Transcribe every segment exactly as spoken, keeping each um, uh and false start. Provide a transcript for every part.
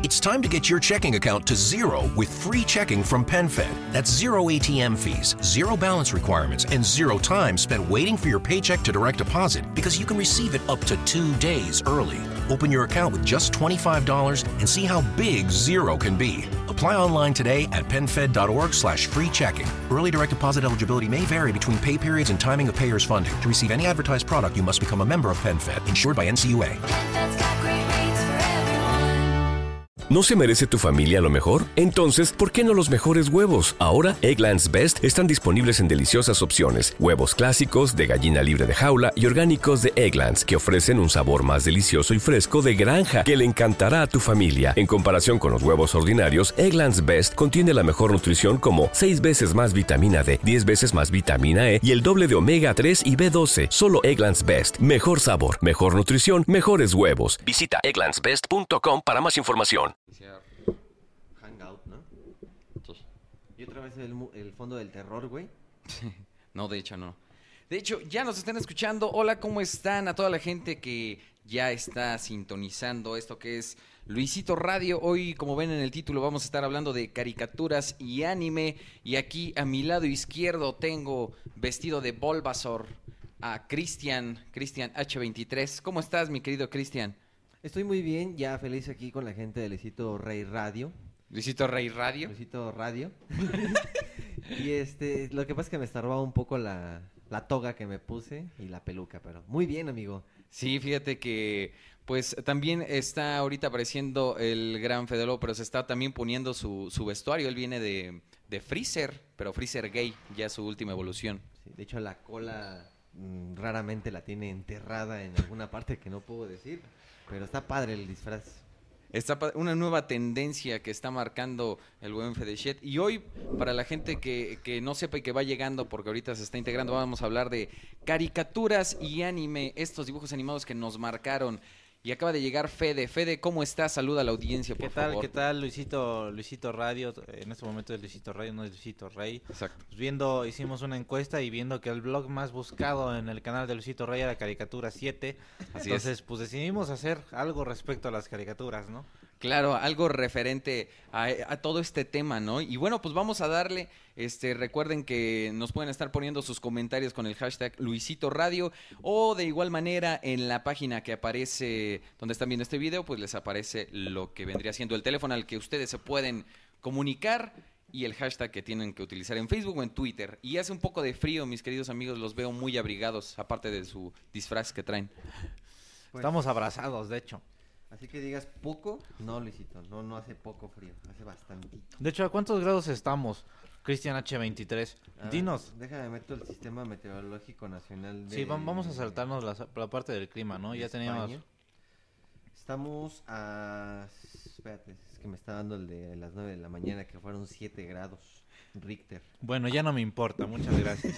It's time to get your checking account to zero with free checking from PenFed. That's zero A T M fees, zero balance requirements, and zero time spent waiting for your paycheck to direct deposit because you can receive it up to two days early. Open your account with just twenty-five dollars and see how big zero can be. Apply online today at PenFed.org slash free checking. Early direct deposit eligibility may vary between pay periods and timing of payer's funding. To receive any advertised product, you must become a member of PenFed, insured by N C U A. ¿No se merece tu familia lo mejor? Entonces, ¿por qué no los mejores huevos? Ahora, Eggland's Best están disponibles en deliciosas opciones. Huevos clásicos, de gallina libre de jaula y orgánicos de Eggland's, que ofrecen un sabor más delicioso y fresco de granja que le encantará a tu familia. En comparación con los huevos ordinarios, Eggland's Best contiene la mejor nutrición como seis veces más vitamina D, diez veces más vitamina E y el doble de omega tres y B doce. Solo Eggland's Best. Mejor sabor, mejor nutrición, mejores huevos. Visita egglands best punto com para más información. Iniciar Hangout, ¿no? Entonces, y otra vez el, el fondo del terror, güey. No, de hecho no. De hecho, ya nos están escuchando. Hola, ¿cómo están? A toda la gente que ya está sintonizando esto que es Luisito Radio. Hoy, como ven en el título, vamos a estar hablando de caricaturas y anime. Y aquí a mi lado izquierdo tengo, vestido de Bulbasaur, a Cristian, Cristian hache veintitrés. ¿Cómo estás, mi querido Cristian? Estoy muy bien, ya feliz aquí con la gente de Luisito Rey Radio. Luisito Rey Radio. Luisito Radio. Y este, lo que pasa es que me estorbaba un poco la, la toga que me puse y la peluca, pero muy bien, amigo. Sí, fíjate que pues también está ahorita apareciendo el gran Fede Lobo, pero se está también poniendo su, su vestuario. Él viene de, de Freezer, pero Freezer gay, ya su última evolución. Sí, de hecho, la cola mmm, raramente la tiene enterrada en alguna parte que no puedo decir. Pero está padre el disfraz. Está una nueva tendencia que está marcando el buen Fedechet. Y hoy, para la gente que, que no sepa y que va llegando, porque ahorita se está integrando, vamos a hablar de caricaturas y anime, estos dibujos animados que nos marcaron. Y acaba de llegar Fede. Fede, ¿cómo estás? Saluda a la audiencia, por ¿Qué tal? favor. ¿Qué tal, Luisito, Luisito Radio? En este momento es Luisito Radio, no es Luisito Rey. Exacto. Pues viendo, hicimos una encuesta y viendo que el blog más buscado en el canal de Luisito Rey era Caricatura siete. Así Entonces, es. pues decidimos hacer algo respecto a las caricaturas, ¿no? Claro, algo referente a, a todo este tema, ¿no? Y bueno, pues vamos a darle, este, recuerden que nos pueden estar poniendo sus comentarios con el hashtag Luisito Radio, o de igual manera en la página que aparece donde están viendo este video, pues les aparece lo que vendría siendo el teléfono al que ustedes se pueden comunicar y el hashtag que tienen que utilizar en Facebook o en Twitter. Y hace un poco de frío, mis queridos amigos, los veo muy abrigados, aparte de su disfraz que traen. Pues, Estamos abrazados, de hecho. Así que digas poco, no, Luisito, no, no hace poco frío, hace bastantito. De hecho, ¿a cuántos grados estamos? Cristian hache veintitrés. A Dinos. ver, déjame meter el Sistema Meteorológico Nacional de... Sí, va- vamos a saltarnos la, la parte del clima, ¿no? de Ya teníamos... España. Estamos a... Espérate, es que me está dando el de las nueve de la mañana, que fueron siete grados Richter. Bueno, ya no me importa, muchas gracias.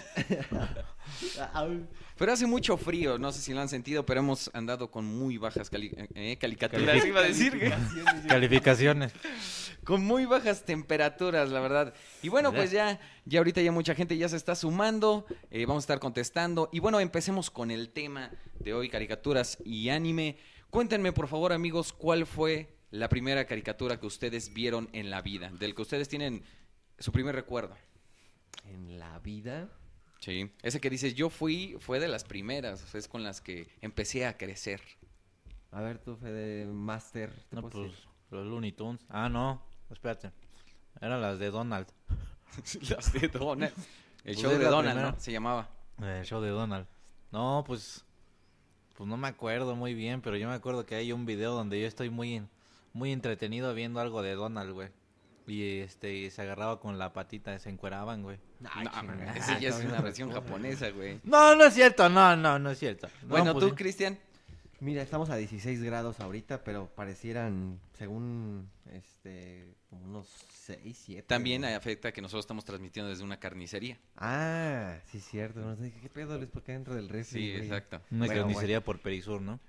Pero hace mucho frío, no sé si lo han sentido, pero hemos andado con muy bajas cali eh, caricaturas, Calific iba a decir. Calificaciones. Con muy bajas temperaturas, la verdad. Y bueno, pues ya, ya ahorita ya mucha gente ya se está sumando, eh, vamos a estar contestando. Y bueno, empecemos con el tema de hoy, caricaturas y anime. Cuéntenme, por favor, amigos, ¿cuál fue la primera caricatura que ustedes vieron en la vida? Del que ustedes tienen su primer recuerdo. En la vida... Sí, ese que dices, yo fui, fue de las primeras, o sea, es con las que empecé a crecer. A ver, tú, Fede Master. ¿te No, puedo pues decir? los Looney Tunes. Ah, no, espérate. Eran las de Donald. Las de Donald. El Pues show es de la Donald, primera. ¿no? Se llamaba. El show de Donald. No, pues... Pues no me acuerdo muy bien, pero yo me acuerdo que hay un video donde yo estoy muy, en- muy entretenido viendo algo de Donald, güey. Y este, y se agarraba con la patita, se encueraban, güey. Ay, No, chingada. ese ya es Todavía una no versión recuerdo. japonesa, güey. No, no es cierto, no, no, no es cierto. No, Bueno, pues tú, sí. Cristian. Mira, estamos a dieciséis grados ahorita, pero parecieran, según, este, como unos seis, siete. También ¿no? afecta que nosotros estamos transmitiendo desde una carnicería. Ah, sí, cierto. No sé, ¿qué pedo les por qué dentro del refri? Sí, güey? exacto. Una Bueno, carnicería por Perisur, ¿no?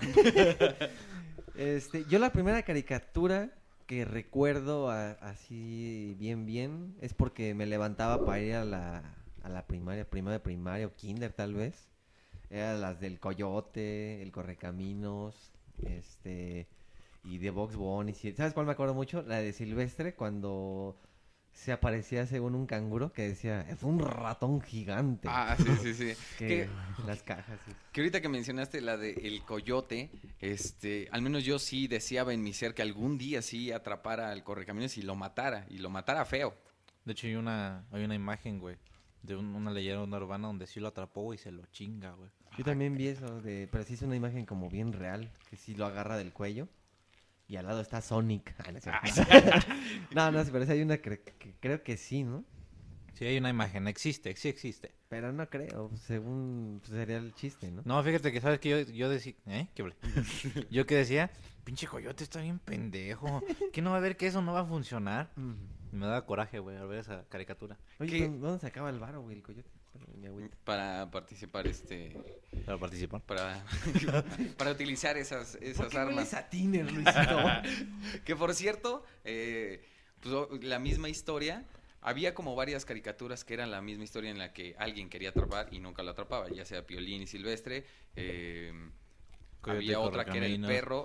Este, yo la primera caricatura que recuerdo a- así bien bien es porque me levantaba para ir a la, a la primaria, primaria, primaria o kinder tal vez. Eran las del Coyote, el Correcaminos, este... y de Bugs Bunny. ¿Sabes cuál me acuerdo mucho? La de Silvestre, cuando se aparecía según un canguro que decía, es un ratón gigante. Ah, sí, sí, sí. Que que, las cajas. Sí. que ahorita que mencionaste la de El Coyote, este, al menos yo sí deseaba en mi ser que algún día sí atrapara al Correcaminos y lo matara, y lo matara feo. De hecho, hay una, hay una imagen, güey, de un- una leyenda urbana donde sí lo atrapó y se lo chinga, güey. Yo también vi eso, de, pero sí es una imagen como bien real, que sí lo agarra del cuello. Y al lado está Sonic. Ah, no, es cierto. no, no, pero sí hay una que, que creo que sí, ¿no? Sí, hay una imagen, existe, sí existe. Pero no creo, según pues, sería el chiste, ¿no? No, fíjate que sabes que yo, yo decía, ¿eh? ¿Qué hablé? Yo que decía, pinche coyote está bien pendejo. Que no va a ver que eso no va a funcionar. Mm. Y me daba coraje, güey, al ver esa caricatura. Oye, ¿Qué? ¿dó- ¿dónde se acaba el varo, güey, el coyote? Bueno, mi agüita. Para participar, este, Para participar. para, para utilizar esas, esas armas. a Tiner, Luisito? Que por cierto, eh, pues, o- la misma historia, había como varias caricaturas que eran la misma historia en la que alguien quería atrapar y nunca lo atrapaba, ya sea Piolín y Silvestre, eh, Coyote había otra que era el Correcaminos. perro,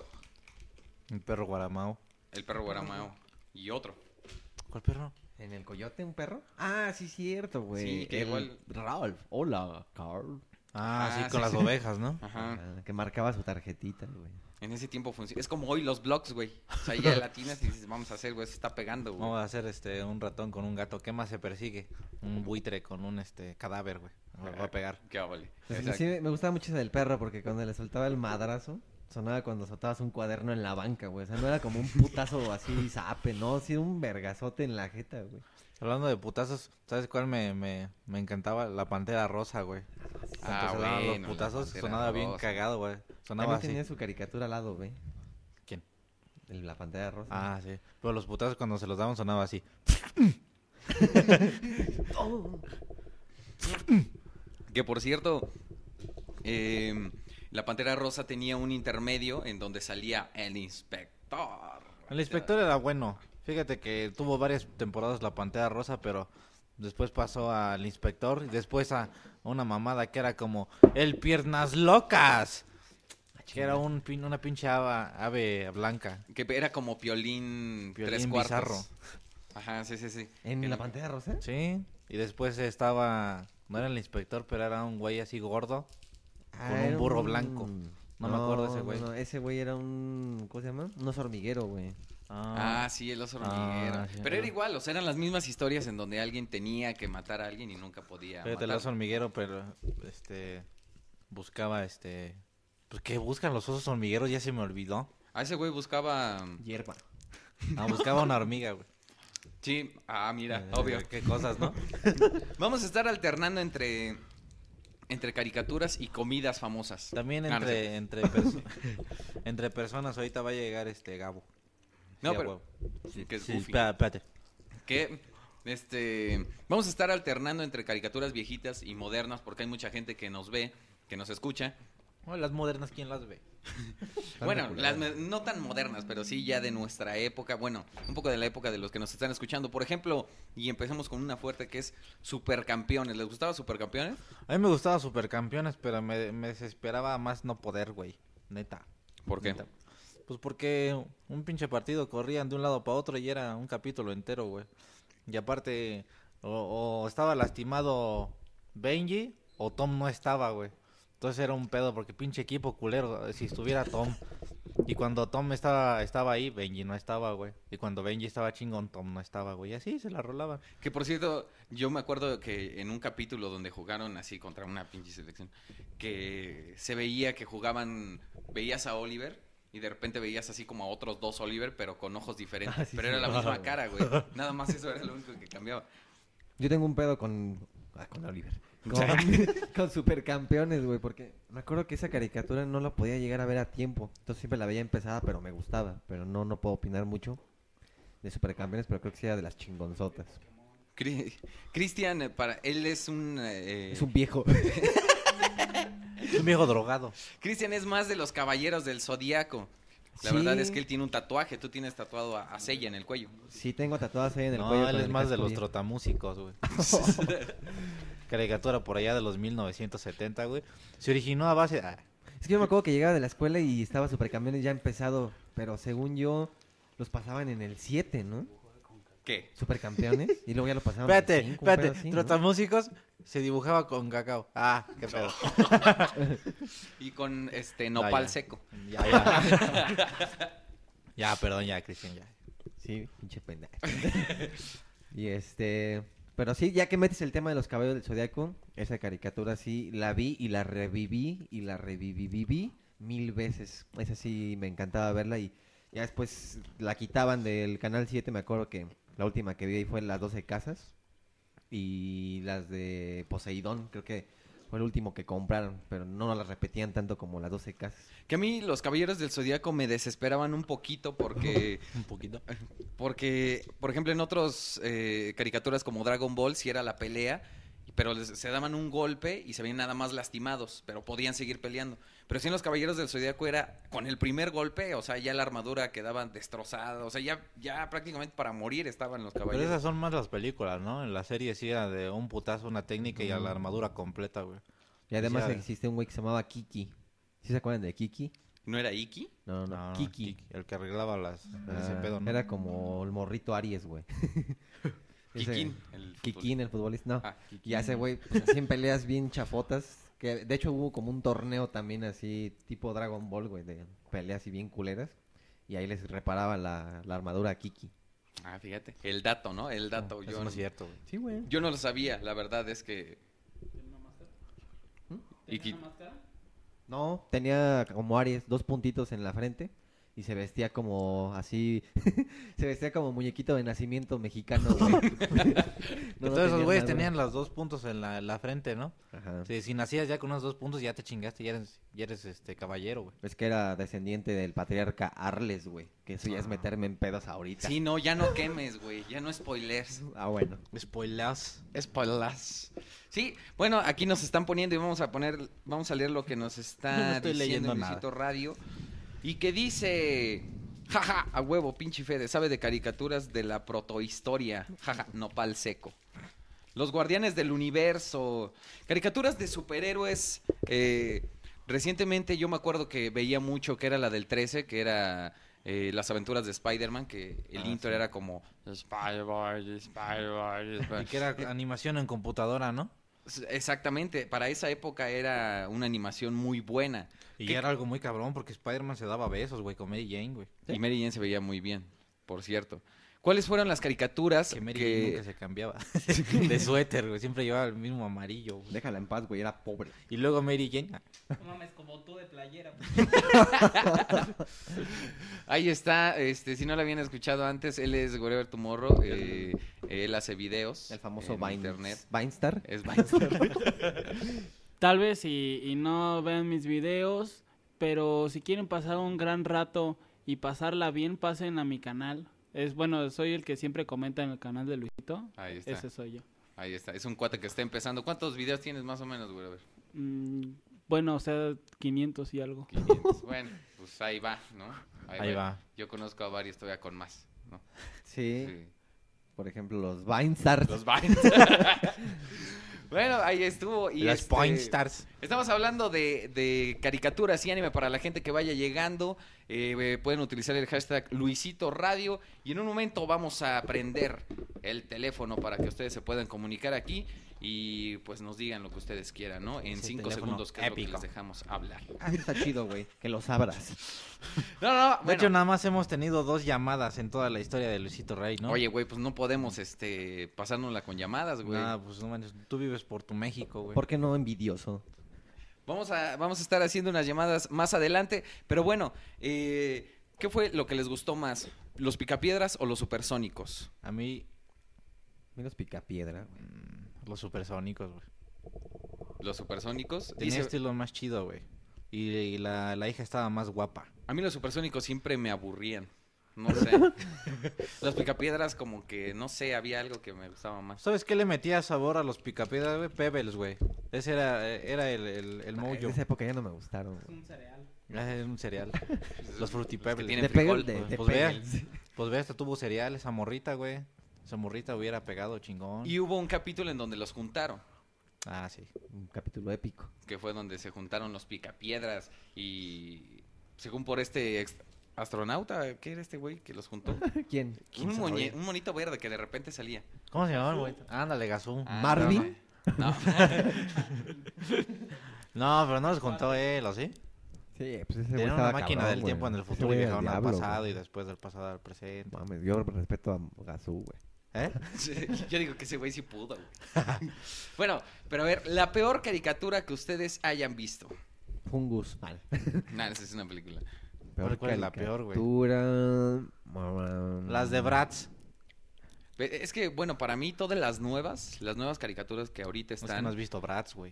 Un perro guaramao. el perro Guaramao y otro. ¿Cuál perro? ¿En el coyote un perro? Ah, sí, cierto, güey. Sí, que El igual- Ralph, hola, Carl. Ah, Ah, sí, sí, con las sí. ovejas, ¿no? Ajá. Ah, que marcaba su tarjetita, güey. En ese tiempo funcionó. Es como hoy los blogs, güey. O sea, ya latinas y dices, vamos a hacer, güey, se está pegando, güey. Vamos a hacer este un ratón con un gato. ¿Qué más se persigue? Un buitre con un este cadáver, güey. Va a pegar. Qué vale. Pues, sí, me gustaba mucho esa del perro porque cuando le soltaba el madrazo, sonaba cuando soltabas un cuaderno en la banca, güey. O sea, no era como un putazo así zape, ¿no? Sí, un vergazote en la jeta, güey. Hablando de putazos, ¿sabes cuál me, me, me encantaba? La Pantera Rosa, güey. Ah, Cuando se daban bueno, la los putazos Pantera sonaba bien Rosa. cagado, güey. Sonaba También así. tenía su caricatura al lado, güey. ¿Quién? El- La pantalla rosa. Ah, sí. Pero los putazos cuando se los daban sonaba así. Oh. Que por cierto, eh, la Pantera Rosa tenía un intermedio en donde salía el inspector. El inspector era bueno. Fíjate que tuvo varias temporadas la Pantera Rosa, pero después pasó al inspector y después a una mamada que era como el Piernas Locas. Que era un pin- una pinche ava- ave blanca. Que era como Piolín, Piolín tres cuartos. bizarro. Ajá, sí, sí, sí. ¿En Que la no- pantalla rosa? Sí. Y después estaba... No era el inspector, pero era un güey así gordo. Ah, Con un era burro blanco. No me acuerdo de ese no, güey. no, ese güey era un... ¿Cómo se llama? Un oso hormiguero, güey. Ah, sí, el oso hormiguero. Ah, sí, Pero era ah. igual, o sea, eran las mismas historias en donde alguien tenía que matar a alguien y nunca podía Fíjate, el matar. oso hormiguero, pero este buscaba este pues qué buscan los osos hormigueros, ya se me olvidó. A ese güey buscaba... Hierba. Ah, buscaba una hormiga, güey. Sí, ah, mira, Eh, obvio. Qué cosas, ¿no? Vamos a estar alternando entre entre caricaturas y comidas famosas. También Ah, no sé. entre entre perso- entre personas ahorita va a llegar este Gabo. No, Sí, a pero huevo. que es Sí, Goofy. espera- espérate. Que este vamos a estar alternando entre caricaturas viejitas y modernas porque hay mucha gente que nos ve, que nos escucha. Bueno, las modernas, ¿quién las ve? Bueno, las me- no tan modernas, pero sí ya de nuestra época, bueno, un poco de la época de los que nos están escuchando. Por ejemplo, y empezamos con una fuerte que es Supercampeones. ¿Les gustaba Supercampeones? A mí me gustaba Supercampeones, pero me, me desesperaba más no poder, güey. Neta. ¿Por qué? Neta. Pues porque un pinche partido corrían de un lado para otro y era un capítulo entero, güey. Y aparte, o, o estaba lastimado Benji o Tom no estaba, güey. Entonces era un pedo porque pinche equipo culero, si estuviera Tom. Y cuando Tom estaba estaba ahí, Benji no estaba, güey. Y cuando Benji estaba chingón, Tom no estaba, güey. Y así se la rolaban. Que por cierto, yo me acuerdo que en un capítulo donde jugaron así contra una pinche selección, que se veía que jugaban, veías a Oliver y de repente veías así como a otros dos Oliver, pero con ojos diferentes. Ah, sí, pero sí. era la misma Ah, cara, güey. Nada más eso era lo único que cambiaba. Yo tengo un pedo con... Ah, con Oliver. Con, con Supercampeones, güey, porque me acuerdo que esa caricatura no la podía llegar a ver a tiempo. Entonces siempre la veía empezada, pero me gustaba. Pero no, no puedo opinar mucho de Supercampeones, pero creo que sea de las chingonzotas. Cri- Cristian, eh, para él es un... eh, Es un viejo. Es un viejo drogado. Cristian es más de los caballeros del Zodíaco. La Sí. verdad es que él tiene un tatuaje, tú tienes tatuado a, a Seiya en el cuello. Sí tengo tatuadas ahí en el No, cuello. él con es el más de casco los viejo. trotamúsicos, güey. Caricatura por allá de los mil novecientos setenta, güey. Se originó a base... ah, Es que yo me acuerdo que llegaba de la escuela y estaba Supercampeones ya empezado. pero según yo, los pasaban en el siete, ¿no? ¿Qué? Supercampeones, y luego ya lo pasaban Espérate, en el cinco, un pedo espérate. así, ¿no? Trotamúsicos se dibujaba con cacao. Ah, qué pedo. Y con este nopal ya. seco. Ya, ya. Ya, perdón, ya, Cristian, ya. Sí, pinche pendejo. Y este... Pero sí, ya que metes el tema de los caballeros del Zodiaco, esa caricatura sí la vi y la reviví y la reviví mil veces. Esa sí me encantaba verla y ya después la quitaban del Canal siete, me acuerdo que la última que vi ahí fue Las doce casas y las de Poseidón, creo que fue el último que compraron, pero no las repetían tanto como Las doce casas. Que a mí los Caballeros del Zodíaco me desesperaban un poquito porque... Un poquito. Porque, por ejemplo, en otras eh, caricaturas como Dragon Ball, sí era la pelea, pero les- se daban un golpe y se veían nada más lastimados, pero podían seguir peleando. Pero sí en los Caballeros del Zodíaco era con el primer golpe, o sea, ya la armadura quedaba destrozada, o sea, ya, ya prácticamente para morir estaban los Pero Caballeros. esas son más las películas, ¿no? En la serie sí era de un putazo, una técnica y a la armadura completa, güey. Y además Sí, existe un güey que se llamaba Kiki. ¿Sí se acuerdan de Kiki? ¿No era Iki? No, no, No, no, Kiki. El que arreglaba las, ese Ah, pedo, ¿no? Era como el morrito Aries, güey. Ese- Kikín, el Kikín, el futbolista. No. Ah, Kikín. Y hace, güey, pues, así en peleas bien chafotas. Que de hecho hubo como un torneo también así, tipo Dragon Ball, güey, de peleas así bien culeras. Y ahí les reparaba la, la armadura a Kiki. Ah, fíjate, el dato, ¿no? El dato, Eso yo, no no, es cierto, güey. Sí, güey. yo no lo sabía, la verdad es que... Iki- No, tenía como Aries, dos puntitos en la frente. Y se vestía como así, se vestía como muñequito de nacimiento mexicano, güey. No, no Entonces esos tenía güeyes nada. tenían los dos puntos en la, la frente, ¿no? Ajá. Sí, si nacías ya con unos dos puntos ya te chingaste, ya eres, ya eres este caballero, güey. Es que era descendiente del patriarca Arles, güey. Que eso ya es meterme en pedos ahorita. Sí, no, ya no quemes, güey, ya no spoilers. Ah, bueno. Spoilers. Spoilers. Sí, bueno, aquí nos están poniendo y vamos a poner, vamos a leer lo que nos está No estoy diciendo leyendo Luisito Radio. Y que dice, jaja, a huevo, pinche Fede, sabe de caricaturas de la protohistoria, jaja, nopal seco. Los Guardianes del Universo, caricaturas de superhéroes. eh, recientemente yo me acuerdo que veía mucho que era la del trece, que era eh, las aventuras de Spider-Man, que el Ah, intro sí. era como Spider-Man, Spider-Man, Spider-Man. Y que era animación en computadora, ¿no? Exactamente, para esa época era una animación muy buena. Y ¿Qué- era algo muy cabrón porque Spider-Man se daba besos, güey, con Mary Jane, güey. Y Mary Jane se veía muy bien, por cierto. ¿Cuáles fueron las caricaturas Que Mary que... Jane nunca se cambiaba de suéter, güey. Siempre llevaba el mismo amarillo, güey. Déjala en paz, güey. Era pobre. Y luego Mary Jane... ah, No mames, como tú de playera. Ahí está, este, si no lo habían escuchado antes, él es Wherever Tomorrow, eh, él hace videos El famoso en Vine, internet. Vinestar. Es Vinestar. Tal vez y, y no vean mis videos, pero si quieren pasar un gran rato y pasarla bien, pasen a mi canal. Es bueno, soy el que siempre comenta en el canal de Luisito. Ahí está, Ese soy yo. ahí está, es un cuate que está empezando. ¿Cuántos videos tienes más o menos, Wherever? Mm, bueno, o sea, quinientos y algo. quinientos. Bueno, pues ahí va, ¿no? Ahí va. Yo conozco a varios todavía con más, ¿no? Sí. Sí. Por ejemplo, los Vinestar. Los Vines. Bueno, ahí estuvo. Y Las este, Point Stars. Estamos hablando de, de caricaturas y anime para la gente que vaya llegando. Eh, eh, pueden utilizar el hashtag Luisito Radio. Y en un momento vamos a prender el teléfono para que ustedes se puedan comunicar aquí y pues nos digan lo que ustedes quieran, ¿no? En Ese cinco teléfono segundos, que es lo que épico. les dejamos hablar. Ah, está chido, güey. Que los abras. No, no, De bueno. hecho, nada más hemos tenido dos llamadas en toda la historia de Luisito Rey, ¿no? Oye, güey, pues no podemos este pasárnosla con llamadas, güey. Nah, pues no manches, tú vives por tu México, güey. ¿Por qué no envidioso? Vamos a, vamos a estar haciendo unas llamadas más adelante. Pero bueno, eh, ¿qué fue lo que les gustó más? ¿Los Picapiedras o los Supersónicos? A mí, Menos picapiedra, güey. mm, los supersónicos, güey. Los Supersónicos. Tenía Dice- estilo más chido, güey. Y, y la, la hija estaba más guapa. A mí los Supersónicos siempre me aburrían. No sé. Los Picapiedras como que, no sé, había algo que me gustaba más. ¿Sabes qué le metía sabor a los picapiedras, güey? Pebbles, güey. Ese era, era el, el, el En mojo. esa época ya no me gustaron. Es güey. un cereal. Ah, es un cereal. Los Fruity Los que Pebbles. tienen De frijol. Peggle, de, de Pues vea. Peggle. Pues ve, hasta tuvo cereal esa morrita, güey. Esa morrita hubiera pegado chingón. Y hubo un capítulo en donde los juntaron. Ah, sí. Un capítulo épico. Que fue donde se juntaron los Picapiedras. Y según por este ex- astronauta, ¿qué era este güey que los juntó? ¿Quién? Un, moñe- un monito verde que de repente salía. ¿Cómo se llamaba, güey? Ándale, Gazú. Ah, ¿Marvin? No, No, pero no los contó él, ¿o sí? Sí, pues ese güey Tenían estaba una máquina cabrón, del güey. tiempo en el Ese futuro y güey era el viajaban al diablo, pasado güey. y después del pasado al presente. Mames, yo respeto a Gazú, güey. ¿Eh? yo digo que ese güey sí pudo, güey. Bueno, pero a ver, la peor caricatura que ustedes hayan visto. Fungus. Mal. Nah, esa es una película. ¿Cuál- cuál es la peor, güey? Caricatura, mamá. Las de Bratz. Pe- Es que, bueno, para mí todas las nuevas, las nuevas caricaturas que ahorita Es que están... no has visto Bratz, güey.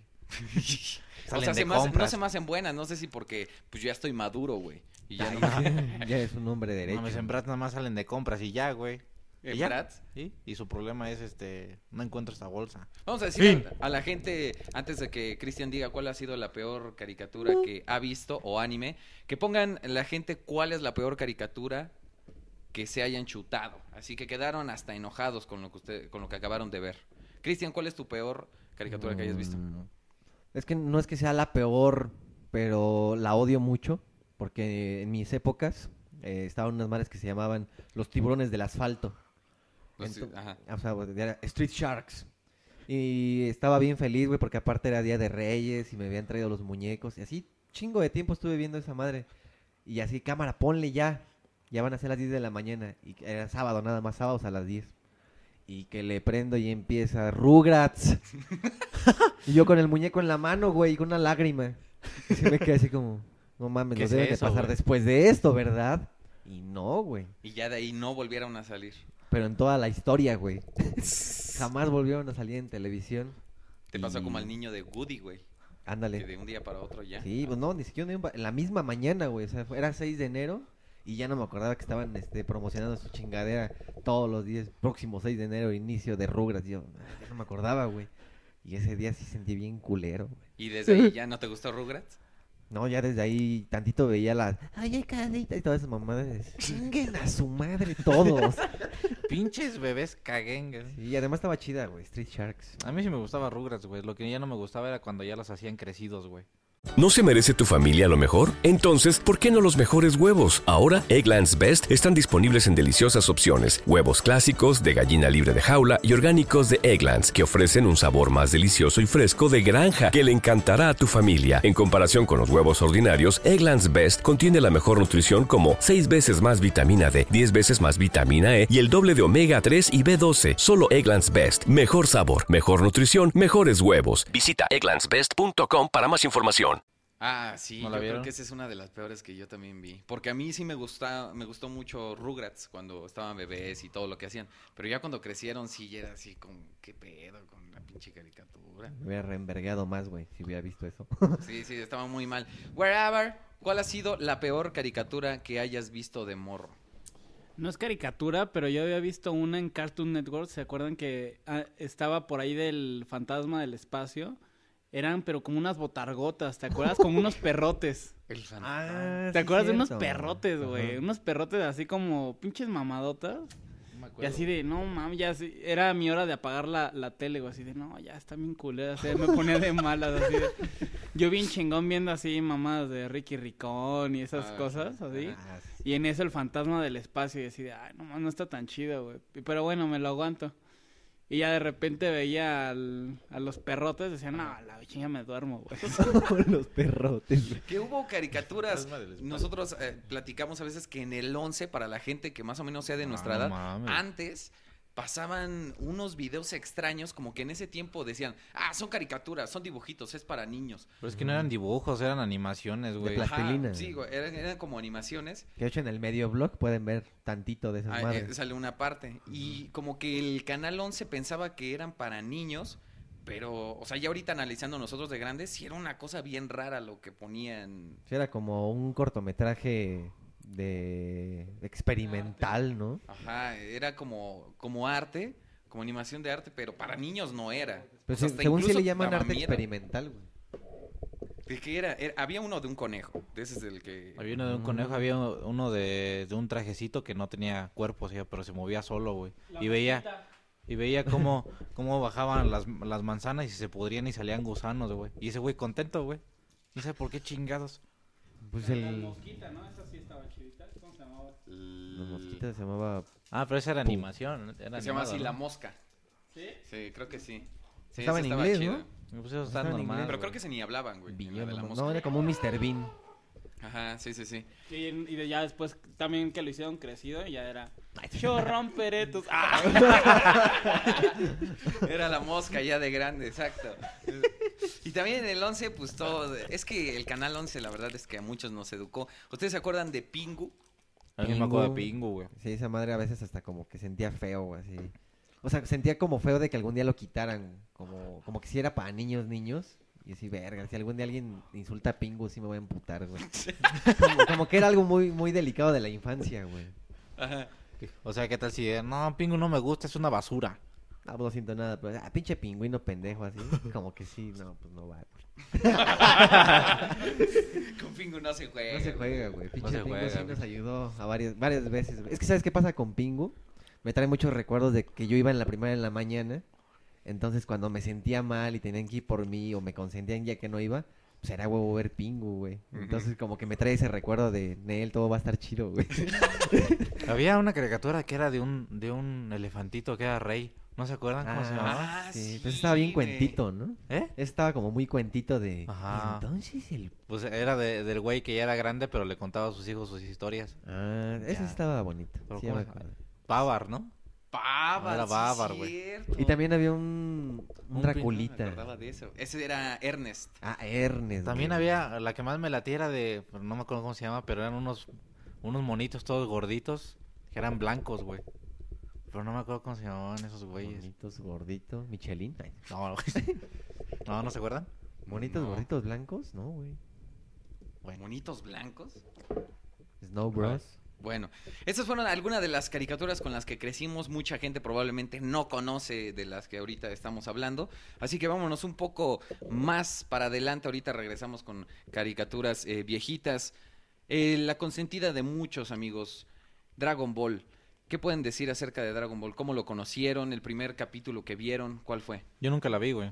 o Salen sea, de se me hace- no compras. se me hacen buenas, no sé si porque pues yo ya estoy maduro, güey. Y ya Ay, no... ya eres un hombre No, derecho. mames, en Bratz nada más salen de compras y ya, güey. ¿En ¿Y ya? Bratz? ¿Sí? Y su problema es, este, no encuentro esta bolsa. Vamos a decir a, a la gente, antes de que Cristian diga cuál ha sido la peor caricatura que ha visto o anime, que pongan la gente cuál es la peor caricatura que se hayan chutado. Así que quedaron hasta enojados con lo que usted, con lo que acabaron de ver. Cristian, ¿cuál es tu peor caricatura que hayas visto? Mm, Es que no es que sea la peor, pero la odio mucho, porque en mis épocas eh, estaban unas madres que se llamaban los tiburones del asfalto. Los- Ento- ajá. O sea, pues, era Street Sharks. Y estaba bien feliz, güey, porque aparte era Día de Reyes y me habían traído los muñecos. Y así, chingo de tiempo estuve viendo esa madre. Y así, cámara, ponle ya. Ya van a ser las diez de la mañana. Y era sábado, nada más, sábados a las diez. Y que le prendo y empieza Rugrats. Y yo con el muñeco en la mano, güey, y con una lágrima. Y se me quedé así como, no mames, ¿Qué lo es deben de eso, pasar güey? después de esto, ¿verdad? Y no, güey. Y ya de ahí no volvieron a salir. Pero en toda la historia, güey. Jamás volvieron a salir en televisión. Te pasó Y- como al niño de Woody, güey. Que Ándale. de un día para otro ya. Sí, pues no, ni siquiera un día, en la misma mañana, güey. O sea, fue- era seis de enero y ya no me acordaba que estaban este, promocionando su chingadera todos los días. Próximo seis de enero, inicio de Rugrats. Yo ah, ya no me acordaba, güey. Y ese día sí sentí bien culero, güey. ¿Y desde ahí ya no te gustó Rugrats? No, ya desde ahí tantito veía las... Ay, ay, cadita y todas esas mamadas. Chinguen a su madre todos. Pinches bebés caguengues. Sí, y además estaba chida, güey. Street Sharks. A mí sí me gustaba Rugrats, güey. Lo que ya no me gustaba era cuando ya los hacían crecidos, güey. ¿No se merece tu familia lo mejor? Entonces, ¿por qué no los mejores huevos? Ahora, Eggland's Best están disponibles en deliciosas opciones. Huevos clásicos, de gallina libre de jaula y orgánicos de Eggland's, que ofrecen un sabor más delicioso y fresco de granja que le encantará a tu familia. En comparación con los huevos ordinarios, Eggland's Best contiene la mejor nutrición como seis veces más vitamina D, diez veces más vitamina E y el doble de omega tres y B doce. Solo Eggland's Best. Mejor sabor, mejor nutrición, mejores huevos. Visita egglands best punto com para más información. Ah, sí, ¿No yo la creo vieron? que esa es una de las peores que yo también vi. Porque a mí sí me gusta, me gustó mucho Rugrats cuando estaban bebés y todo lo que hacían. Pero ya cuando crecieron sí ya era así como, ¿qué pedo con la pinche caricatura? Me hubiera reenvergado más, güey, si hubiera visto eso. Sí, sí, estaba muy mal. Wherever, ¿cuál ha sido la peor caricatura que hayas visto de morro? No es caricatura, pero yo había visto una en Cartoon Network. ¿Se acuerdan que ah, estaba por ahí del fantasma del espacio? Eran, pero como unas botargotas, ¿te acuerdas? Como unos perrotes. El fan- Ah, ¿Te sí, acuerdas de unos cierto. perrotes, güey? Ajá. Unos perrotes así como pinches mamadotas. No me Y acuerdo. así de, no mames, ya así- era mi hora de apagar la, la tele, güey. Así de, no, ya está bien culera. Así, me ponía de malas, así de. Yo bien chingón viendo así mamadas de Ricky Ricón y esas Ah, cosas, así. Ah, sí. Y en eso el fantasma del espacio y así de, ay, no, man, no está tan chido, güey. Y- Pero bueno, me lo aguanto. Y ya de repente veía al- a los perrotes y decía, no, la chinga me duermo, güey. Los perrotes, güey. Que hubo caricaturas, Fantasma del espacio. nosotros eh, platicamos a veces que en el once, para la gente que más o menos sea de nuestra Ah, no edad, mames. antes pasaban unos videos extraños como que en ese tiempo decían, ah, son caricaturas, son dibujitos, es para niños. Pero es que no eran dibujos, eran animaciones, güey. plas- Ajá, Plastilina. sí, güey, eran, eran como animaciones. Que de hecho en el medio blog pueden ver tantito de esas Ah, eh, madres. sale una parte. Y como que el Canal once pensaba que eran para niños, pero, o sea, ya ahorita analizando nosotros de grandes, sí era una cosa bien rara lo que ponían. Sí, era como un cortometraje de experimental, ¿no? Ajá, era como, como arte, como animación de arte, pero para niños no era. Pero O sea, sí- hasta según sí incluso le llaman daba arte miedo. experimental, güey. ¿De qué era? Era- Había uno de un conejo, de ese es el que... Había uno de un conejo, había uno de, de un trajecito que no tenía cuerpo, o sea, pero se movía solo, güey. Y veía y veía cómo, cómo bajaban las, las manzanas y se pudrían y salían gusanos, güey. Y ese güey contento, güey. No sé por qué chingados. Pues La el... mosquita, ¿no? Esa sí estaba chidita. ¿Cómo se Los mosquitos se llamaba... Ah, pero esa era animación. Era Se llama animado, así ¿no? La Mosca. ¿Sí? Sí, creo que sí. Sí, Estaba ese en inglés, chido. ¿no? Pues eso está Estaba en normal. inglés, Pero güey. creo que se ni hablaban, güey. en la Villano, de La no, Mosca. era como un mister Bean. Ajá, sí, sí, sí. Y, y de ya después también que lo hicieron crecido, ya era... Yo romperé tus... ¡Ah! Era La Mosca ya de grande, exacto. Y también en el once, pues todo... Es que el canal once, la verdad es que a muchos nos educó. ¿Ustedes se acuerdan de Pingu? A mí me acuerdo de Pingu, güey. Sí, esa madre a veces hasta como que sentía feo, güey, así. O sea, sentía como feo de que algún día lo quitaran. Como, como que si era para niños, niños. Y así, verga, si algún día alguien insulta a Pingu, sí me voy a emputar, güey. Como, como que era algo muy, muy delicado de la infancia, güey. Ajá. O sea, ¿qué tal si... No, Pingu no me gusta, es una basura. No, pues no siento nada, pero, ah, pinche pingüino pendejo, así. Como que sí, no, pues no va, güey. Con Pingu no se juega. No se juega, güey. Pinche se Pingu juega, sí güey. nos ayudó a varias, varias veces, güey. Es que, ¿sabes qué pasa con Pingu? Me trae muchos recuerdos de que yo iba en la primaria en la mañana. Entonces, cuando me sentía mal y tenían que ir por mí o me consentían ya que no iba, pues era huevo ver Pingu, güey. Entonces, como que me trae ese recuerdo de, Nel, todo va a estar chido, güey. Había una caricatura que era de un, de un elefantito que era rey. ¿No se acuerdan cómo se llamaba? Ah, sí. sí, Pues estaba bien güey. cuentito, ¿no? ¿Eh? Estaba como muy cuentito de... Ajá. Entonces el... Pues era de, del güey que ya era grande, pero le contaba a sus hijos sus historias. Ah, ese Ya. estaba bonito. Pero Sí, ¿cómo me se- acuerdo. Bávar, ¿no? Bávar, Era sí, Bávar, güey. cierto. Y también había un... Un Un No me Draculita. acordaba de eso. Ese era Ernest. Ah, Ernest. También güey. había, la que más me latía era de, pero no me acuerdo cómo se llama, pero eran unos, unos monitos todos gorditos, que eran blancos, güey. Pero no me acuerdo cómo se llamaban esos güeyes. Bonitos, gorditos. Michelin. Ay. No, no, güey. No, ¿no se acuerdan? Bonitos, No. gorditos, blancos. No, güey. Monitos blancos. Snow Bros. Bueno, estas fueron algunas de las caricaturas con las que crecimos. Mucha gente probablemente no conoce de las que ahorita estamos hablando. Así que vámonos un poco más para adelante. Ahorita regresamos con caricaturas eh, viejitas. Eh, la consentida de muchos amigos, Dragon Ball. ¿Qué pueden decir acerca de Dragon Ball? ¿Cómo lo conocieron? ¿El primer capítulo que vieron? ¿Cuál fue? Yo nunca la vi, güey.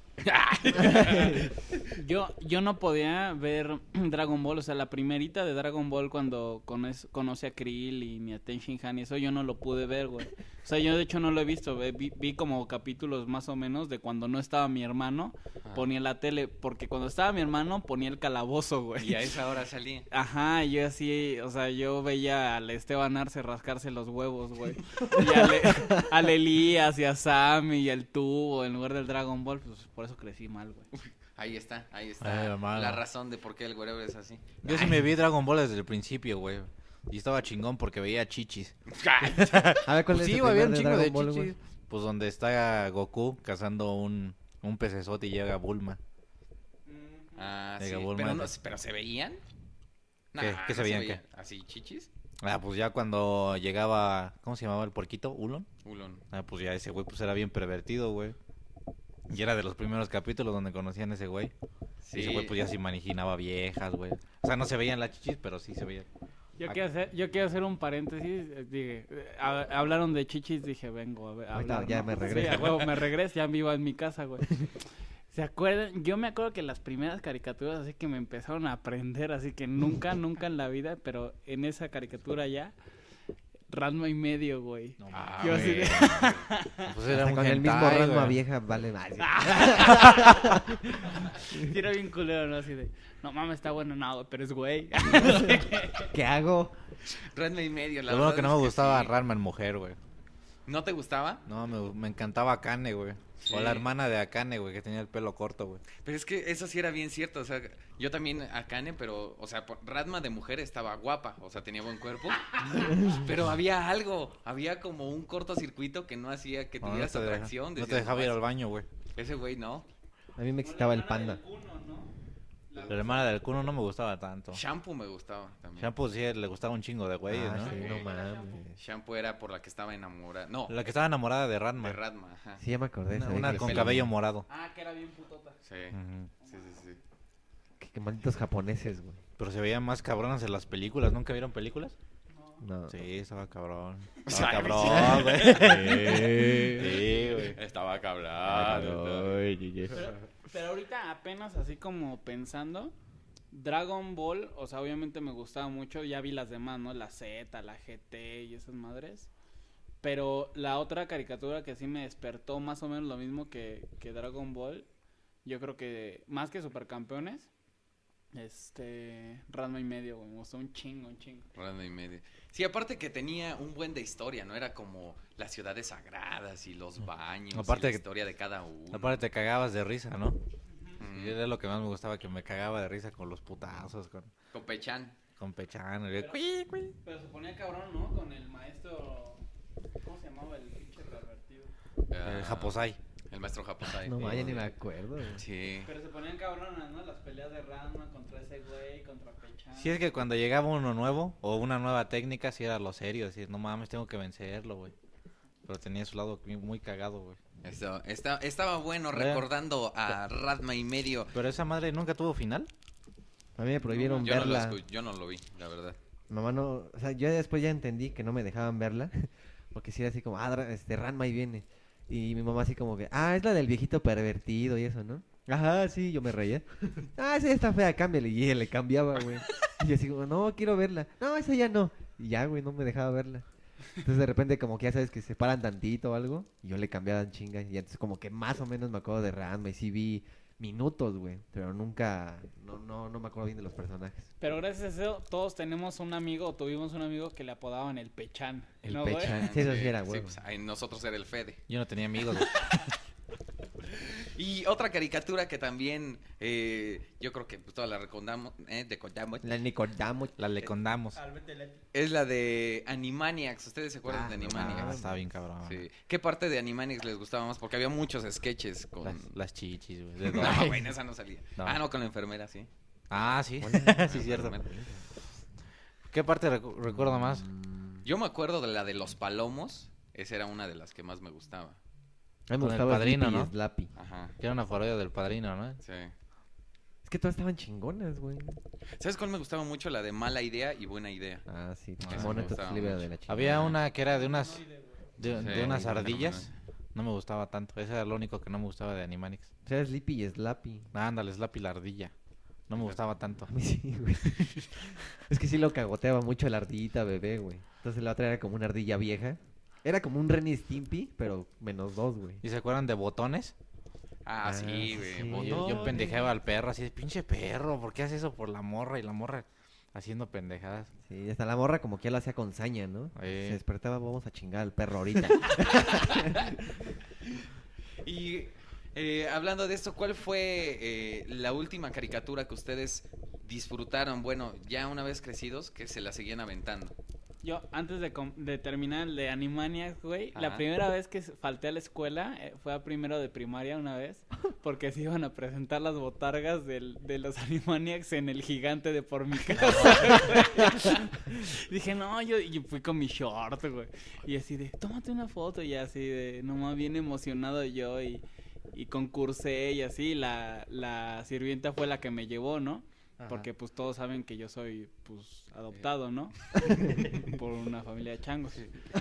Yo, yo no podía ver Dragon Ball, o sea, la primerita de Dragon Ball cuando conoce, conoce a Krill y ni a Ten Shin Han y eso, yo no lo pude ver, güey. O sea, yo de hecho no lo he visto, ve- vi, vi como capítulos más o menos de cuando no estaba mi hermano, ponía la tele, porque cuando estaba mi hermano ponía el calabozo, güey. Y a esa hora salí. Ajá, y yo así, o sea, yo veía al Esteban Arce rascarse los huevos, güey. Y al, al Elías y a Sammy y al Tubo en lugar del Dragon Ball, pues por eso crecí mal, güey. Ahí está, ahí Ay, está hermano. la razón de por qué el güero es así. Yo sí me vi Dragon Ball desde el principio, güey. Y estaba chingón porque veía chichis. A ver, ¿cuál Pues es sí, el güey, había un primer chingo de Dragon Ball, chichis. güey? Pues donde está Goku cazando un, un pecesote y llega Bulma. Ah, sí. Llega Bulma. Pero, no, pero ¿se veían? ¿Qué? Nah, ¿Qué se no veían, qué? ¿Así chichis? Ah, pues ya cuando llegaba, ¿cómo se llamaba el porquito? ¿Ulon? Ulón. Ah, pues ya ese güey pues era bien pervertido, güey. Y era de los primeros capítulos donde conocían a ese güey. Sí. Y ese güey pues ya se imaginaba viejas, güey. O sea, no se veían las chichis, pero sí se veían. Yo quiero hacer, yo quiero hacer un paréntesis, eh, dije, eh, ha- hablaron de chichis, dije, vengo a ver, a Ahorita hablar, ya ¿no? me Sí, regreso. a huevo, me regreso, ya vivo en mi casa, güey. ¿Se acuerdan? Yo me acuerdo que las primeras caricaturas así que me empezaron a aprender, así que nunca, nunca en la vida, pero en esa caricatura ya, Ranma y medio, güey. No, Ah, Yo así de- Pues era Hasta un con el mismo hentai, Ranma güey. vieja vale más. Sí, era bien culero, ¿no? Así de, no mames, está bueno, no, güey, pero es güey. ¿Qué hago? Ranma y medio, la Lo bueno verdad que no es me gustaba sí. Ranma en mujer, güey. ¿No te gustaba? No, me, me encantaba Akane, güey. Sí. O la hermana de Akane, güey, que tenía el pelo corto, güey. Pero es que eso sí era bien cierto, o sea, yo también a Kane, pero, o sea, por- Ranma de mujer estaba guapa, o sea, tenía buen cuerpo, pero había algo, había como un cortocircuito que no hacía que No, no tuvieras te deja- atracción. no te decías, dejaba ir "No, al baño, güey. Ese güey no. A mí me excitaba el panda. La hermana del Kuno no me gustaba tanto. Shampoo me gustaba también. Shampoo sí le gustaba un chingo de güeyes, Ah, ¿no? sí, no Sí. mames. Shampoo era por la que estaba enamorada. No, La que estaba enamorada de Ranma. de Ranma, ajá. Sí, ya me acordé. Una, se ve una que- con pelo. cabello morado. Ah, que era bien putota. Sí, Ujú. sí, sí, sí. Que, que malditos japoneses, güey. Pero se veían más cabronas en las películas. ¿Nunca vieron películas? No. Sí, estaba cabrón. O Estaba sea, cabrón, güey. Sí, güey. Estaba Ah, cabrón. Pero, pero ahorita apenas así como pensando, Dragon Ball, o sea, obviamente me gustaba mucho, ya vi las demás, ¿no? La Z, la G T y esas madres. Pero la otra caricatura que sí me despertó más o menos lo mismo que, que Dragon Ball, yo creo que más que Supercampeones, este, Ranma y medio, güey, me gustó un chingo, un chingo. Ranma y medio. Sí, aparte que tenía un buen de historia, ¿no? Era como las ciudades sagradas y los baños, Aparte y la que- historia de cada uno. Aparte te cagabas de risa, ¿no? Mm. Sí, era lo que más me gustaba, que me cagaba de risa con los putazos, con, Con Pechan. con Pechán. y- Pero, pero se ponía cabrón, ¿no? Con el maestro, ¿cómo se llamaba el pinche pervertido? El Japosai. El maestro Japosai. No Sí. vaya, ni me acuerdo, güey. Sí. Pero se ponían cabronas, ¿no? Las peleas de Ranma contra ese güey, contra Pechan. Sí, es que cuando llegaba uno nuevo o una nueva técnica, sí era lo serio, decir, no mames, tengo que vencerlo, güey. Pero tenía su lado muy- muy cagado, güey. Esto, está, estaba bueno Bueno. recordando a Ranma y medio. Pero esa madre nunca tuvo final. A mí me prohibieron Yo no, lo verla. escu- yo no lo vi, la verdad. Mamá no, o sea, yo después ya entendí que no me dejaban verla, porque sí era así como, ah, Dra- este, Ranma y viene. Y mi mamá así como que, ah, es la del viejito pervertido y eso, ¿no? Ajá, sí, yo me reía. Ah, esa ya está fea, cámbiale. Y ella le cambiaba, güey. Y yo así como, no, quiero verla. No, esa ya no. Y ya, güey, no me dejaba verla. Entonces de repente como que ya sabes que se paran tantito o algo, y yo le cambiaba en chinga. Y entonces como que más o menos me acuerdo de Ranma y sí vi minutos, güey. Pero nunca, no, no, no me acuerdo bien de los personajes. Pero gracias a eso, todos tenemos un amigo, o tuvimos un amigo que le apodaban el Pechan. El ¿no, güey? Pechan. Sí, eso sí era, Sí, güey. pues, ahí nosotros era el Fede. Yo no tenía amigos, güey. Y otra caricatura que también eh, yo creo que pues, todas la recordamos, eh, de Kodama, La Nicodamo. La le condamos. es la de Animaniacs. ¿Ustedes se acuerdan Ah, de no Animaniacs? Ah, estaba bien cabrón. Sí. ¿Qué parte de Animaniacs les gustaba más? Porque había muchos sketches con... Las, las chichis, güey. de No, Dory. güey, esa no salía. No. Ah, no, con la enfermera, sí. Ah, sí. La sí, cierto. enfermera. ¿Qué parte recu- recuerdo más? Yo me acuerdo de la de los palomos. Esa era una de las que más me gustaba. A mí me Con el gustaba Padrino, Slippy y ¿no? Slappy. Ajá, Que era una parodia del Padrino, ¿no? sí. Es que todas estaban chingonas, güey. ¿Sabes cuál me gustaba mucho? La de mala idea y buena idea. Ah, sí. Esa Chimón, me esto gustaba te libera mucho. de la chingada. Había una que era de unas de, Sí, de unas muy buena, ardillas. muy No me gustaba tanto. Ese era lo único que no me gustaba de Animaniacs. O sea, Slippy y Slappy. Ah, ándale, Slappy la ardilla. No me gustaba tanto. A mí sí, güey. Es que sí lo cagoteaba mucho la ardillita bebé, güey. Entonces la otra era como una ardilla vieja. Era como un Ren y Stimpy, pero menos dos, güey. ¿Y se acuerdan de botones? Ah, Ah, sí, güey. sí. botón. Yo, yo pendejeaba al perro así de pinche perro. ¿Por qué haces eso por la morra? Y la morra haciendo pendejadas. Sí, hasta la morra como que ya lo hacía con saña, ¿no? Eh. Se despertaba, vamos a chingar al perro ahorita. Y eh, hablando de esto, ¿cuál fue eh, la última caricatura que ustedes disfrutaron? Bueno, ya una vez crecidos, que se la seguían aventando. Yo, antes de, com- de terminar el de Animaniacs, güey, la Ajá. primera vez que s- falté a la escuela eh, fue a primero de primaria una vez, porque se iban a presentar las botargas del, de los Animaniacs en el gigante de por mi casa. Dije, no, yo y fui con mi short, güey, y así de, tómate una foto, y así de, nomás bien emocionado yo, y, y concursé, y así, la, la sirvienta fue la que me llevó, ¿no? Porque pues todos saben que yo soy pues adoptado, ¿no? Por una familia de changos.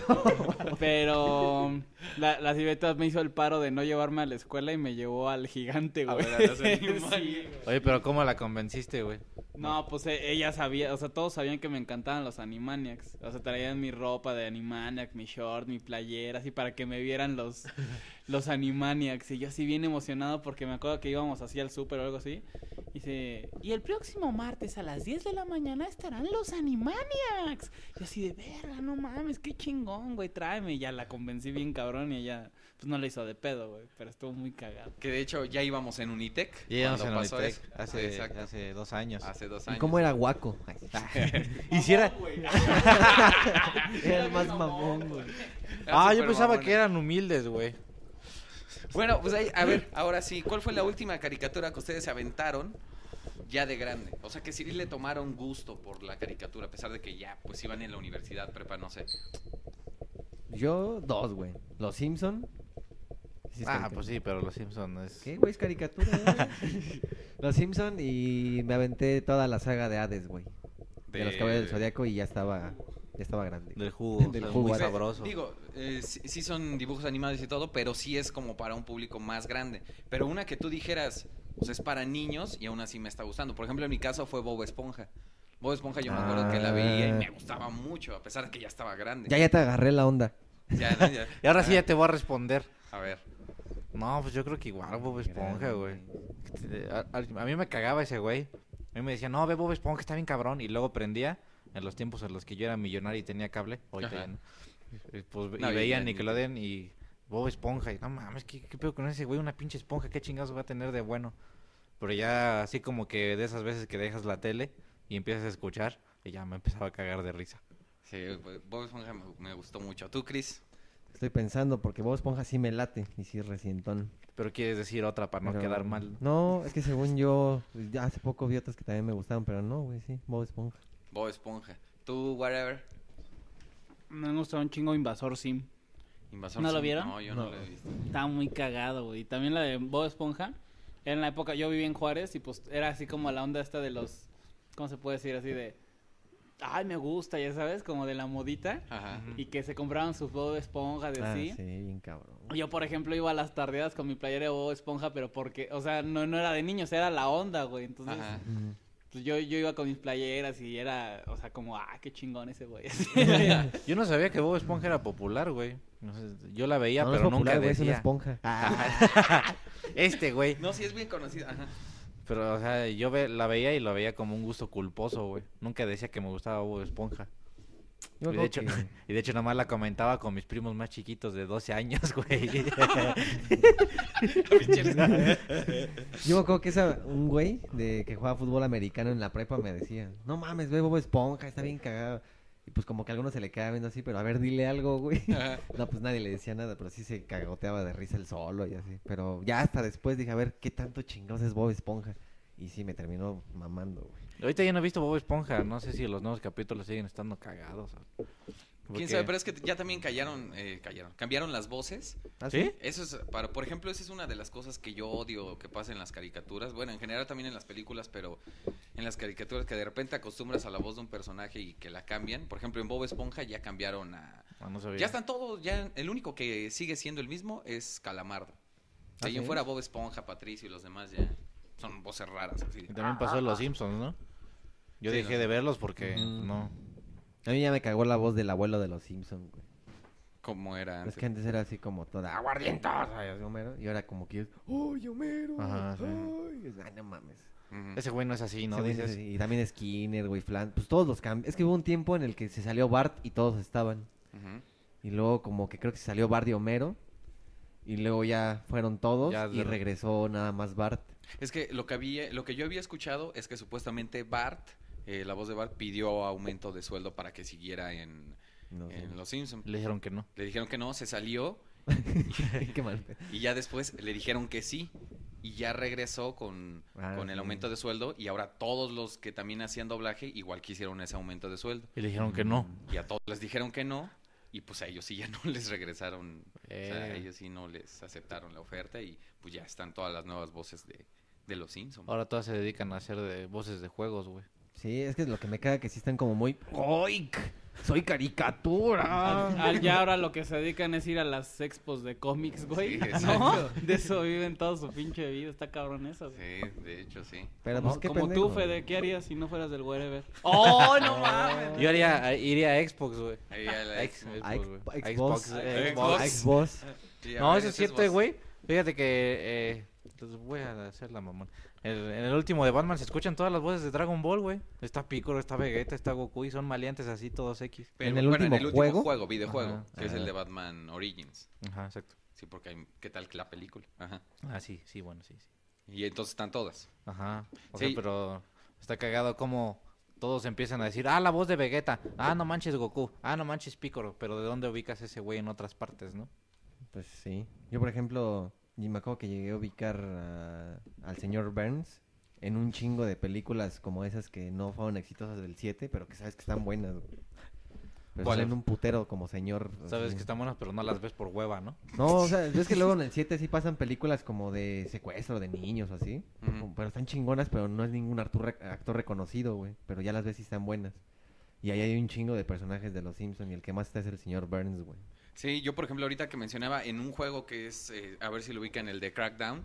Pero la, la sirvienta me hizo el paro de no llevarme a la escuela y me llevó al gigante, A güey. ver, a los Sí, Animaniacs. güey. Oye, pero ¿cómo la convenciste, güey? No, pues e- ella sabía, o sea, todos sabían que me encantaban los Animaniacs. O sea, traían mi ropa de Animaniac, mi short, mi playera, así para que me vieran los, los Animaniacs. Y yo así bien emocionado porque me acuerdo que íbamos así al súper o algo así. Y dice, y el próximo martes a las diez de la mañana estarán los Animaniacs. Y así de, verga, no mames, qué chingón, güey, tráeme. Y ya la convencí bien cabrón y ella, pues no le hizo de pedo, güey, pero estuvo muy cagado. Que de hecho ya íbamos en Unitec. Llegamos cuando en pasó Unitec eso. hace, Exacto. hace dos años. Hace dos ¿Y años. cómo era Guaco? Ay, Y si era... era el más mamón, güey. Era Ah, yo súper pensaba mamón. que eran humildes, güey. Bueno, pues ahí, a ver, ahora sí, ¿cuál fue la última caricatura que ustedes se aventaron ya de grande? O sea, que sí le tomaron gusto por la caricatura, a pesar de que ya, pues iban en la universidad, prepa, no sé. Yo, dos, güey. Los Simpson. Sí, es Ah, caricatura. pues sí, pero los Simpsons es... ¿Qué, güey? Es caricatura, güey. Los Simpson y me aventé toda la saga de Hades, güey. De, los Caballeros del Zodiaco y ya estaba, ya estaba grande. Del jugo, Del o sea, jugo, muy así. sabroso. Digo, eh, sí, sí son dibujos animados y todo, pero sí es como para un público más grande. Pero una que tú dijeras, O sea, es para niños y aún así me está gustando. Por ejemplo, en mi caso fue Bob Esponja. Bob Esponja yo me acuerdo que la veía y me gustaba mucho, a pesar de que ya estaba grande. Ya, ya te agarré la onda. Ya, ¿no? Ya. Y ahora sí ya te voy a responder. A ver. No, pues yo creo que igual Bob Esponja, güey. A, a- a mí me cagaba ese güey. A mí me decía, no, ve Bob Esponja, está bien cabrón. Y luego prendía, en los tiempos en los que yo era millonario y tenía cable, ahorita Ajá. ya no. Y, Pues, y No, y veía ya ni- Nickelodeon y Bob Esponja. Y no mames, ¿qué, qué pedo con ese güey? Una pinche esponja, ¿qué chingados va a tener de bueno? Pero ya así como que de esas veces que dejas la tele y empiezas a escuchar, y ya me empezaba a cagar de risa. Sí, Bob Esponja me, me gustó mucho. ¿Tú, Chris? Estoy pensando, porque Bob Esponja sí me late y sí es recientón. Pero quieres decir otra para no Pero- quedar mal. No, es que según yo, ya hace poco vi otras que también me gustaban, pero no, güey, sí, Bob Esponja. Bob Esponja. ¿Tú, whatever? Me gustó un chingo Invasor Sim. Invasor ¿No lo Sim? vieron? No, yo no, No. lo he visto. Estaba muy cagado, güey. Y también la de Bob Esponja. Era en la época, yo vivía en Juárez y pues era así como la onda esta de los, ¿cómo se puede decir? Así de, ay, me gusta, ya sabes, como de la modita. Ajá. Y que se compraban sus Bob Esponja de Ah, así. sí, bien cabrón. Yo, por ejemplo, iba a las tardeadas con mi playera de Bob Esponja, pero porque, o sea, no, no era de niños, era la onda, güey. Entonces, Ajá. Mm. pues yo, yo iba con mis playeras y era, o sea, como, ah, qué chingón ese güey. Yo no sabía que Bob Esponja era popular, güey. No sé, yo la veía, No, no es pero popular, nunca güey, es una decía. esponja. Ajá. Este, güey. No, sí es bien conocido. Ajá. Pero, o sea, yo ve- la veía y lo veía como un gusto culposo, güey. Nunca decía que me gustaba Bob Esponja. Yo Y de, creo hecho, que- y de hecho, nomás la comentaba con mis primos más chiquitos de doce años, güey. Yo me acuerdo que esa, un güey de que jugaba fútbol americano en la prepa me decía, no mames, ve Bob Esponja, está bien cagado. Y pues como que a alguno se le quedaba viendo así, pero a ver, dile algo, güey. Ajá. No, pues nadie le decía nada, pero sí se cagoteaba de risa el solo y así. Pero ya hasta después dije, a ver, ¿qué tanto chingados es Bob Esponja? Y sí, me terminó mamando, güey. Ahorita ya no he visto Bob Esponja. No sé si los nuevos capítulos siguen estando cagados. ¿Quién sabe? Pero es que ya también callaron, eh, callaron, cambiaron las voces. ¿Ah, ¿Sí? Eso es, para, por ejemplo, esa es una de las cosas que yo odio que pasa en las caricaturas. Bueno, en general también en las películas, pero en las caricaturas que de repente acostumbras a la voz de un personaje y que la cambian. Por ejemplo, en Bob Esponja ya cambiaron a... Ah, no sabía. Ya están todos, ya el único que sigue siendo el mismo es Calamardo. De ¿Ah, ahí en sí? fuera Bob Esponja, Patricio y los demás ya son voces raras. Así. Y también pasó en Los Simpsons, ¿no? Yo Sí, dejé no. de verlos porque Ujú. no. A mí ya me cagó la voz del abuelo de los Simpsons, güey. Como era Es antes. que antes era así como toda aguardientosa, y así, Homero, y ahora como que es, ¡ay, Homero! Ajá, sí. ¡Ay! Es, "Ay, no mames! Ujú. Ese güey no es así, ¿no? Ese güey Dices. sí, sí, y también Skinner, güey, Flan, pues todos los cambios. Es que hubo un tiempo en el que se salió Bart y todos estaban. Ujú. Y luego como que creo que se salió Bart y Homero. Y luego ya fueron todos Ya y de- regresó nada más Bart. Es que lo que había, lo que yo había escuchado es que supuestamente Bart, eh, la voz de Bart, pidió aumento de sueldo para que siguiera en, No sé. en Los Simpsons. Le dijeron que no. Le dijeron que no, se salió Qué mal. y ya después le dijeron que sí. Y ya regresó con, Ah, con el sí. aumento de sueldo y ahora todos los que también hacían doblaje igual quisieron ese aumento de sueldo. Y le dijeron que no. Y a todos les dijeron que no y pues a ellos sí ya no les regresaron, o sea, a Eh. ellos sí no les aceptaron la oferta y pues ya están todas las nuevas voces de, de Los Simpsons. Ahora todas se dedican a hacer de voces de juegos, güey. Sí, es que lo que me caga que sí están como muy... ¡Oik! ¡Soy caricatura! Al- al- ya ahora lo que se dedican es ir a las expos de cómics, güey. Sí, ¿No? exacto. De eso viven toda su pinche vida. Está cabrón eso, güey. Sí, de hecho sí. Pero Como, pues qué como pendejo. tú, Fede, ¿qué harías si no fueras del Wherever? ¡Oh, no mames! Yo haría, iría a Xbox, güey. Ahí a la Ex- Xbox. A Xbox, Xbox, güey. Xbox, Xbox, Xbox. Xbox. Xbox. Sí, a No, ver, eso es ese cierto, vos. güey. Fíjate que... Eh, les voy a hacer la mamón. El- en el último de Batman se escuchan todas las voces de Dragon Ball, güey. Está Piccolo, está Vegeta, está Goku y son maleantes así todos X. Pero, ¿En el bueno, último en el último juego? videojuego, Ajá. que es Ah. el de Batman Origins. Ajá, exacto. Sí, porque hay, ¿qué tal que la película? Ajá. Ah, sí, sí, bueno, sí, sí. Y entonces están todas. Ajá. O Sí. sea, pero está cagado como todos empiezan a decir, ah, la voz de Vegeta. Ah, no manches Goku. Ah, no manches Piccolo. Pero ¿de dónde ubicas ese güey en otras partes, no? Pues sí. Yo, por ejemplo, y me acuerdo que llegué a ubicar a- al señor Burns en un chingo de películas como esas que no fueron exitosas del siete, pero que sabes que están buenas, güey. Pero ¿Cuál? salen un putero como señor. Sabes así. que están buenas, pero no las ves por hueva, ¿no? No, o sea, es que luego en el siete sí pasan películas como de secuestro de niños o así. Ujú. Pero están chingonas, pero no es ningún actor, rec- actor reconocido, güey. Pero ya las ves y están buenas. Y ahí hay un chingo de personajes de los Simpsons y el que más está es el señor Burns, güey. Sí, yo por ejemplo ahorita que mencionaba en un juego que es, eh, a ver si lo ubican, el de Crackdown,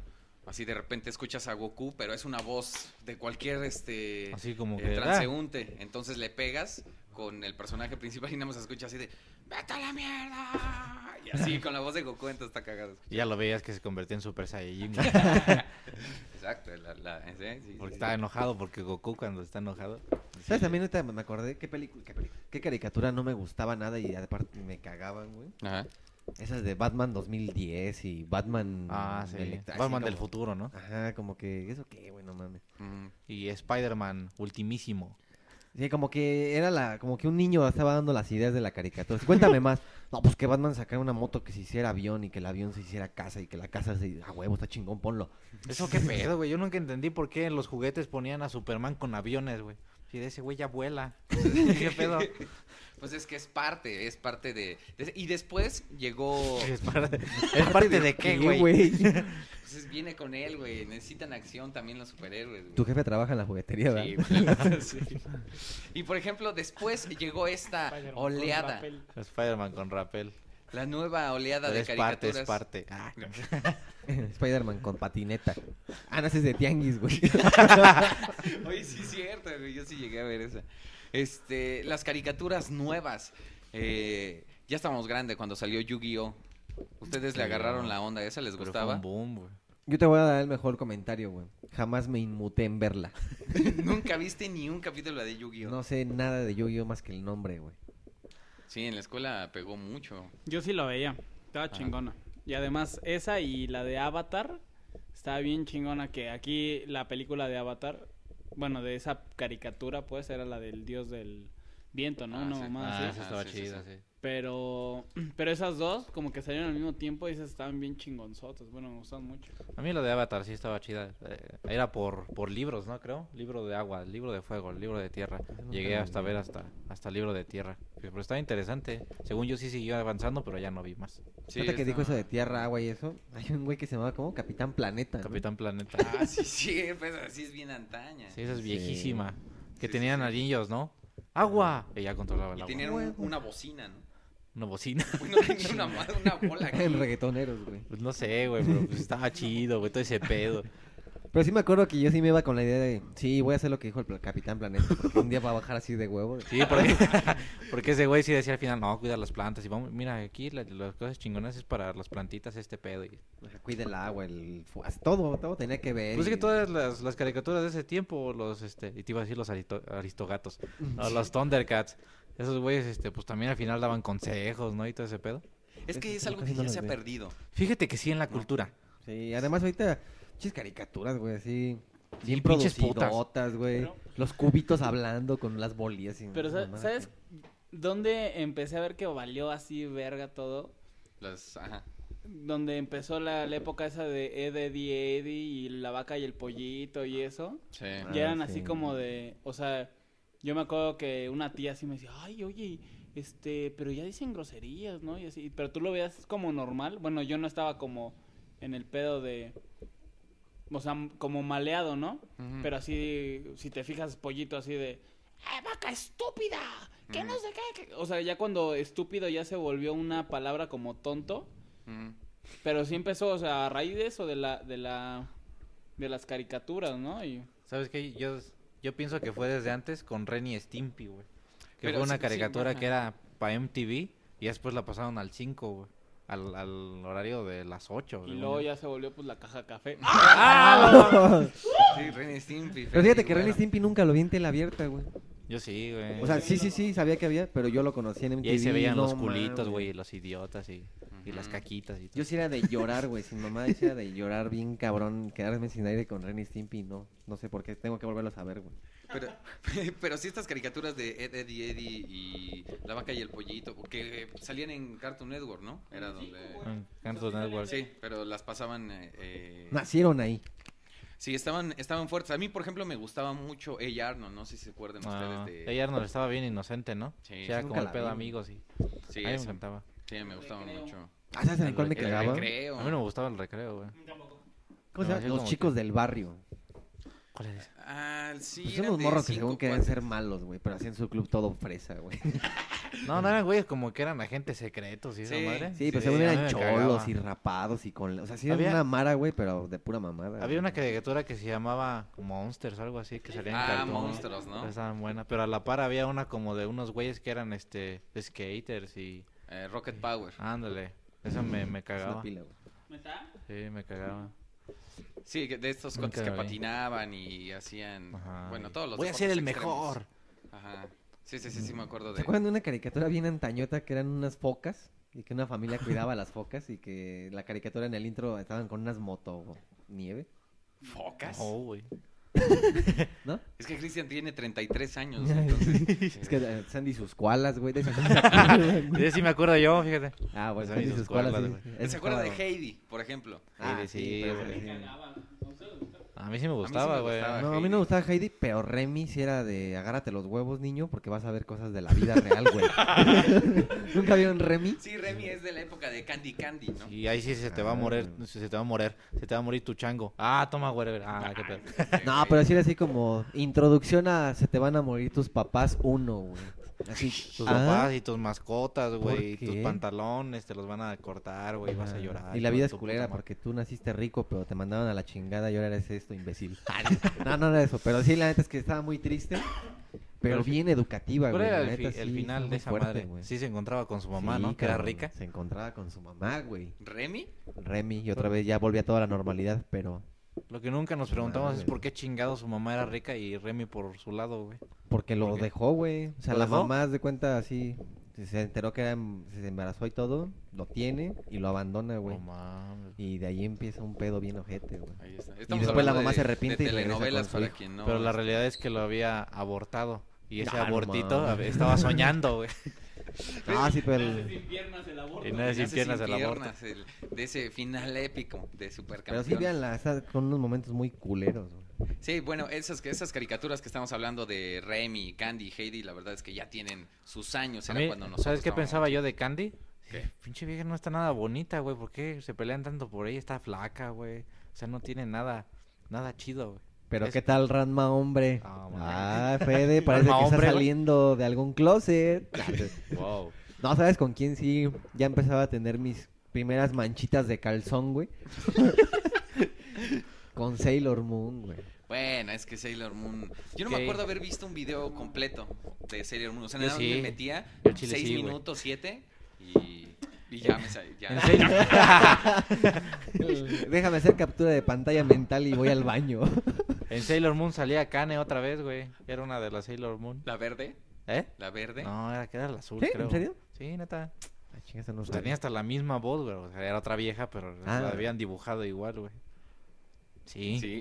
Así de repente escuchas a Goku, pero es una voz de cualquier este Así como eh, que, transeúnte. Entonces le pegas con el personaje principal y nada más escuchas así de ¡vete a la mierda! Y así con la voz de Goku, entonces está cagado. Y ya lo veías que se convertía en Super Saiyajin. güey. Exacto, la, la, ¿sí? Sí, Porque sí, estaba sí. enojado, porque Goku cuando está enojado. ¿Sabes? También ahorita me acordé qué película, qué película, qué caricatura no me gustaba nada y aparte me cagaban, güey. Ajá. Esas de Batman dos mil diez y Batman... Ah, sí. Electra- así Batman del como- futuro, ¿no? Ajá, como que, ¿eso qué, güey? No mames. Mm. Y Spider-Man ultimísimo. Sí, como que era la, como que un niño estaba dando las ideas de la caricatura. Cuéntame más. No, pues que Batman sacara una moto que se hiciera avión y que el avión se hiciera casa y que la casa se... Ah, huevo, está chingón, ponlo. Eso qué pedo, güey. Yo nunca entendí por qué en los juguetes ponían a Superman con aviones, güey. Si de ese güey ya vuela. ¿Qué pedo? Pues es que es parte, es parte de... de- y después llegó... ¿Es parte, ¿es parte de qué, güey? Pues es- viene con él, güey. Necesitan acción también los superhéroes, güey. Tu jefe trabaja en la juguetería, ¿verdad? Sí, pues, la neta, sí. Y por ejemplo, después llegó esta Spider-Man con oleada, papel. Spider-Man con rappel. la nueva oleada Pero de es parte, caricaturas. es parte. Ah. Spider-Man con patineta. Ah, no, ese es de tianguis, güey. Oye, sí es cierto, güey. Yo sí llegué a ver esa. Este, las caricaturas nuevas. Eh, ya estábamos grandes cuando salió Yu-Gi-Oh. ¿Ustedes le Sí, agarraron no. la onda esa? ¿Les Pero fue gustaba? un boom, güey. Yo te voy a dar el mejor comentario, güey. Jamás me inmuté en verla. Nunca viste ni un capítulo de Yu-Gi-Oh. No sé nada de Yu-Gi-Oh más que el nombre, güey. Sí, en la escuela pegó mucho. Yo sí lo veía, estaba chingona. Y además esa y la de Avatar, estaba bien chingona que aquí la película de Avatar, bueno, de esa caricatura pues era la del dios del viento, ¿no? Ah, Una sí. mamá Ah, así. esa estaba sí, sí, chida, sí. sí. Pero, pero esas dos como que salieron al mismo tiempo y esas estaban bien chingonzotas. Bueno, me gustan mucho. A mí lo de Avatar sí estaba chida. Eh, era por, por libros, ¿no? Creo. Libro de agua, libro de fuego, libro de tierra. Llegué hasta ver hasta hasta el libro de tierra. Pero estaba interesante. Según yo sí siguió avanzando, pero ya no vi más. Sí, Ahorita que está- dijo eso de tierra, agua y eso, hay un güey que se llamaba como Capitán Planeta, ¿no? Capitán Planeta. Ah, sí, sí, pues así es bien antaña. Sí, esa es Sí. viejísima. Que Sí, tenían sí, sí. anillos, ¿no? ¡Agua! Y ya controlaba el Y agua. tenían un- una bocina, ¿no? Una bocina. Bueno, tenía una, ma- una bola aquí. En reggaetoneros, güey. Pues no sé, güey, pero pues estaba chido, güey, todo ese pedo. Pero sí me acuerdo que yo sí me iba con la idea de, sí, voy a hacer lo que dijo el pla- Capitán Planeta, porque un día va a bajar así de huevo. Sí, porque, porque ese güey sí decía al final, no, cuida las plantas. Y vamos, mira, aquí la- las cosas chingonas es para las plantitas este pedo. Y... O sea, cuide el agua, el fu- todo, todo tenía que ver. Pues es y- que todas las, las caricaturas de ese tiempo, los, este, y te iba a decir los aristo- aristogatos, no, los Thundercats, esos güeyes, este, pues también al final daban consejos, ¿no? Y todo ese pedo. Es que Eso es sí, algo casi que no ya las se ha veo. perdido. Fíjate que sí en la cultura. Sí, además ahorita, muchas caricaturas, güey, así, bien pinches putas. producidotas, güey. Pero- Los cubitos hablando con las bolillas. y Pero, ¿sabes, mamadas, ¿sabes güey. dónde empecé a ver que valió así verga todo? Las, ajá. Donde empezó la, la época esa de Ed, Eddie, Eddie y la vaca y el pollito y eso. Sí. Ah, Ya eran sí. así como de, o sea, yo me acuerdo que una tía así me decía, ay, oye, este, pero ya dicen groserías, ¿no? Y así, pero tú lo veías como normal. Bueno, yo no estaba como en el pedo de, o sea, m- como maleado, ¿no? Ujú. Pero así, si te fijas, pollito así de, ¡eh, vaca estúpida! Que no sé qué, que-". O sea, ya cuando estúpido ya se volvió una palabra como tonto. Ujú. Pero sí empezó, o sea, a raíz de eso, de la, de la, de las caricaturas, ¿no? Y ¿Sabes qué? Yo, yo pienso que fue desde antes con Ren y Stimpy, güey. Que Pero fue una sí, sí, caricatura ajá. que era para M T V y después la pasaron al cinco, güey. Al, al horario de las ocho. Y güey. luego ya se volvió pues la caja café. Sí, Ren y Stimpy. Pero fíjate Freddy, que Ren y bueno. Stimpy nunca lo vi en tela abierta, güey. Yo sí, güey. O sea, sí, sí, sí, sabía que había, pero yo lo conocí en M T y V. ahí se veían no los culitos, mames. güey, y los idiotas y, y las caquitas y todo. Yo sí era de llorar, güey, sin mamá, yo sí era de llorar bien cabrón, quedarme sin aire con Ren y Stimpy, no, no sé por qué, tengo que volverlos a ver, güey. Pero, pero sí estas caricaturas de Ed, Eddie, Eddie y La Vaca y el Pollito, que salían en Cartoon Network, ¿no? Era donde... En Cartoon Network. Sí, pero las pasaban... eh, eh, Nacieron ahí. Sí, estaban, estaban fuertes. A mí, por ejemplo, me gustaba mucho Ella Arnold, no sé si se acuerdan Ah, ustedes de... ella Arnold estaba bien inocente, ¿no? Sí, Sí, era nunca como el la pedo vi. amigos y Sí, a mí me eso. encantaba. Sí, me gustaba mucho. Ah, ¿sabes en El cuál me recreo. cagaba? Recreo. A mí no me gustaba el recreo, güey. ¿Cómo se No, llama? así Los como chicos que- del barrio. ¿Cuál es? Ah, sí, Pues eran son unos de morros que cinco según querían cuates. ser malos, güey, pero hacían su club todo fresa, güey. No, no eran güeyes como que eran agentes secretos y esa Sí. madre. Sí, pero a según mí eran me cholos cagaba. y rapados y con... O sea, sí, Había- era una mara, güey, pero de pura mamada. Había güey. una caricatura que se llamaba Monsters, algo así, que salía en Ah, cartón. Monstruos, ¿no? Estaban buenas, pero a la par había una como de unos güeyes que eran este skaters y Eh, Rocket Power. ándale, esa me, me Es una cagaba. pila, güey. ¿Neta? Sí, me cagaba. Sí, que de estos Nunca cuates que la vi. patinaban y hacían... Ajá, Bueno, y- todos los Voy a ser el deportes extremos. mejor. Ajá. Sí, sí, sí, sí, me acuerdo ¿Se de... acuerdan de una caricatura bien antañota que eran unas focas? Y que una familia cuidaba a las focas y que la caricatura en el intro estaban con unas moto nieve, ¿Focas? Oh, güey. ¿no? Es que Cristian tiene treinta y tres años, entonces... Es que eh, Sandy y sus koalas, güey. De esas- Sí, sí me acuerdo yo, fíjate. ah, bueno, Sandy Sandy y y sus sus koalas, koalas, sí. güey. Eso ¿Se acuerda de estaba- Heidi, por ejemplo? Ah, Heidi, sí, sí, pero güey. ese sí. A mí sí me me gustaba, güey. gustaba. No, a mí Heidi. no me gustaba Heidi, pero Remy sí era de agárrate los huevos, niño, porque vas a ver cosas de la vida real, güey. ¿Nunca vieron Remy? Sí, Remy es de la época de Candy Candy, ¿no? Y ahí sí se te va a Ah, morir, güey. se te va a morir, se te va a morir tu chango. Ah, toma, güey. Ah, qué pedo. No, pero sí era así como introducción a se te van a morir tus papás uno, güey. Así. Tus ah, papás y tus mascotas, güey, y qué? tus pantalones te los van a cortar, güey, vas a ajá. llorar. Y la hijo vida de es tu culera puta madre. porque tú naciste rico, pero te mandaban a la chingada y ahora eres esto, imbécil. No, no era eso, pero sí, la neta es que estaba muy triste, pero Pero bien educativa, ¿Cuál güey. era la el, fi- neta, el sí, final fue de muy esa fuerte, madre? güey. Sí se encontraba con su mamá, Sí, ¿no? Que era cabrón, rica. Se encontraba con su mamá, güey. ¿Remy? Remy, y otra vez ya volvía a toda la normalidad, pero Lo que nunca nos preguntamos Madre. es por qué chingado su mamá era rica y Remy por su lado, güey. porque lo ¿Por qué? dejó, güey. O sea, ¿Lo la dejó? mamá, haz de cuenta, así, se se enteró que era, em- se embarazó y todo, lo tiene y lo abandona, güey. No mames. Y de ahí empieza un pedo bien ojete, güey. Ahí está. después hablando la mamá de- se arrepiente de y regresa con telenovelas su para hijo. quien no... Pero la realidad es que lo había abortado. Y ese Ah, no abortito mames. estaba soñando, güey. Ah, sí, pero... el- Sin piernas el aborto. Y no es sin Nace piernas sin el aborto. piernas, el- de ese final épico de Pero Supercampeón. sí, véanla, está con unos momentos muy culeros, güey. Sí, bueno, esas, esas caricaturas que estamos hablando de Remy, Candy, Heidi, la verdad es que ya tienen sus años. A Era mí, cuando nosotros ¿sabes qué estábamos- pensaba yo de Candy? ¿Qué? Pinche vieja no está nada bonita, güey. ¿Por qué se pelean tanto por ella? Está flaca, güey. O sea, no tiene nada, nada chido, güey. Pero Es- ¿qué tal Ranma hombre? Ah, man. Ah, Fede, parece Ranma que está hombre, güey. saliendo de algún closet. Wow. No, ¿sabes con quién sí? Ya empezaba a tener mis primeras manchitas de calzón, güey. Con Sailor Moon, güey. Bueno, es que Sailor Moon... Yo no Ok. me acuerdo haber visto un video completo de Sailor Moon. O sea, Yo nada más sí. me metía Yo al chile seis sí, güey. minutos, siete, y, y ya me salí. Ya. ¿En serio? Déjame hacer captura de pantalla mental y voy al baño. En Sailor Moon salía Kane otra vez, güey. Era una de las Sailor Moon. ¿La verde? ¿Eh? ¿La verde? No, era que era la azul, ¿Sí? creo. ¿En serio? Sí, neta. Ay, chinga, eso no Pues sabía. tenía hasta la misma voz, güey. O sea, era otra vieja, pero Ah. la habían dibujado igual, güey. Sí. Sí.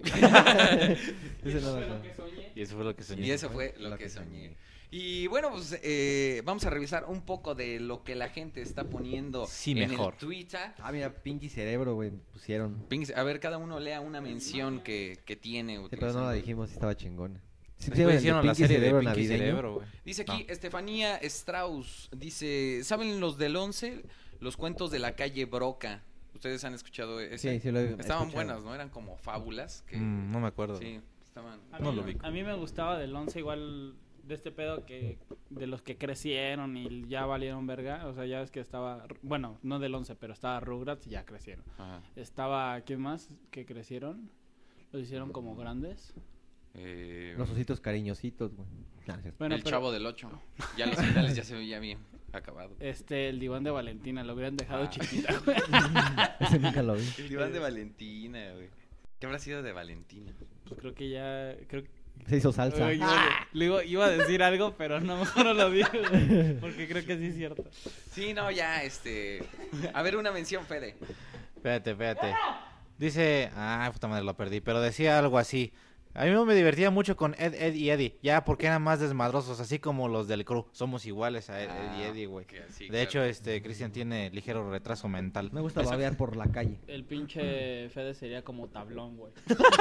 Ese no me acuerdo. Y eso fue lo que soñé. Y eso fue lo que soñé. Y bueno, pues eh, vamos a revisar un poco de lo que la gente está poniendo Sí, en mejor. el Twitter. Ah, mira, Pinky Cerebro, güey, pusieron. Pings, A ver, cada uno lea una mención que, que tiene. Sí, pero no la utilizando. dijimos si estaba chingona. Sí, Después pusieron el de hicieron la Pinky serie de Cerebro Pinky navideño. Cerebro, güey. Dice aquí No. Estefanía Strauss, dice, ¿saben los del once? Los cuentos de la calle Broca. ¿Ustedes han escuchado ese? Sí, sí lo he Estaban escuchado. buenas, ¿no? Eran como fábulas. Que... Mm, no me acuerdo. Sí, estaban... A No mí, lo vi. a mí me gustaba del once igual de este pedo que de los que crecieron y ya valieron verga, o sea, ya ves que estaba, bueno, no del once, pero estaba Rugrats y ya crecieron. Ajá. Estaba, ¿quién más que crecieron? Los hicieron como grandes. Eh, Los ositos cariñositos, güey. Ah, es cierto. Bueno, el pero, Chavo del Ocho. Ya los finales ya se veía bien acabado. este, el diván de Valentina, lo hubieran dejado Ah. chiquita, güey. Ese nunca lo vi. El diván de Valentina, güey. ¿Qué habrá sido de Valentina? Pues creo que ya, creo que... Se hizo salsa. Uy, iba, le iba, iba a decir algo, pero no, mejor no lo digo, güey, porque creo que sí es cierto. Sí, no, ya, este... A ver, una mención, Fede. Espérate, espérate. Dice, ah, puta madre, lo perdí, pero decía algo así. A mí me divertía mucho con Ed, Ed y Eddie, ya porque eran más desmadrosos, así como los del crew. Somos iguales a Ed, Ed y Ah, Eddie, güey. ok, sí, De claro. hecho, este, Cristian tiene ligero retraso mental. Me gusta babear por la calle. El pinche Fede sería como tablón, güey.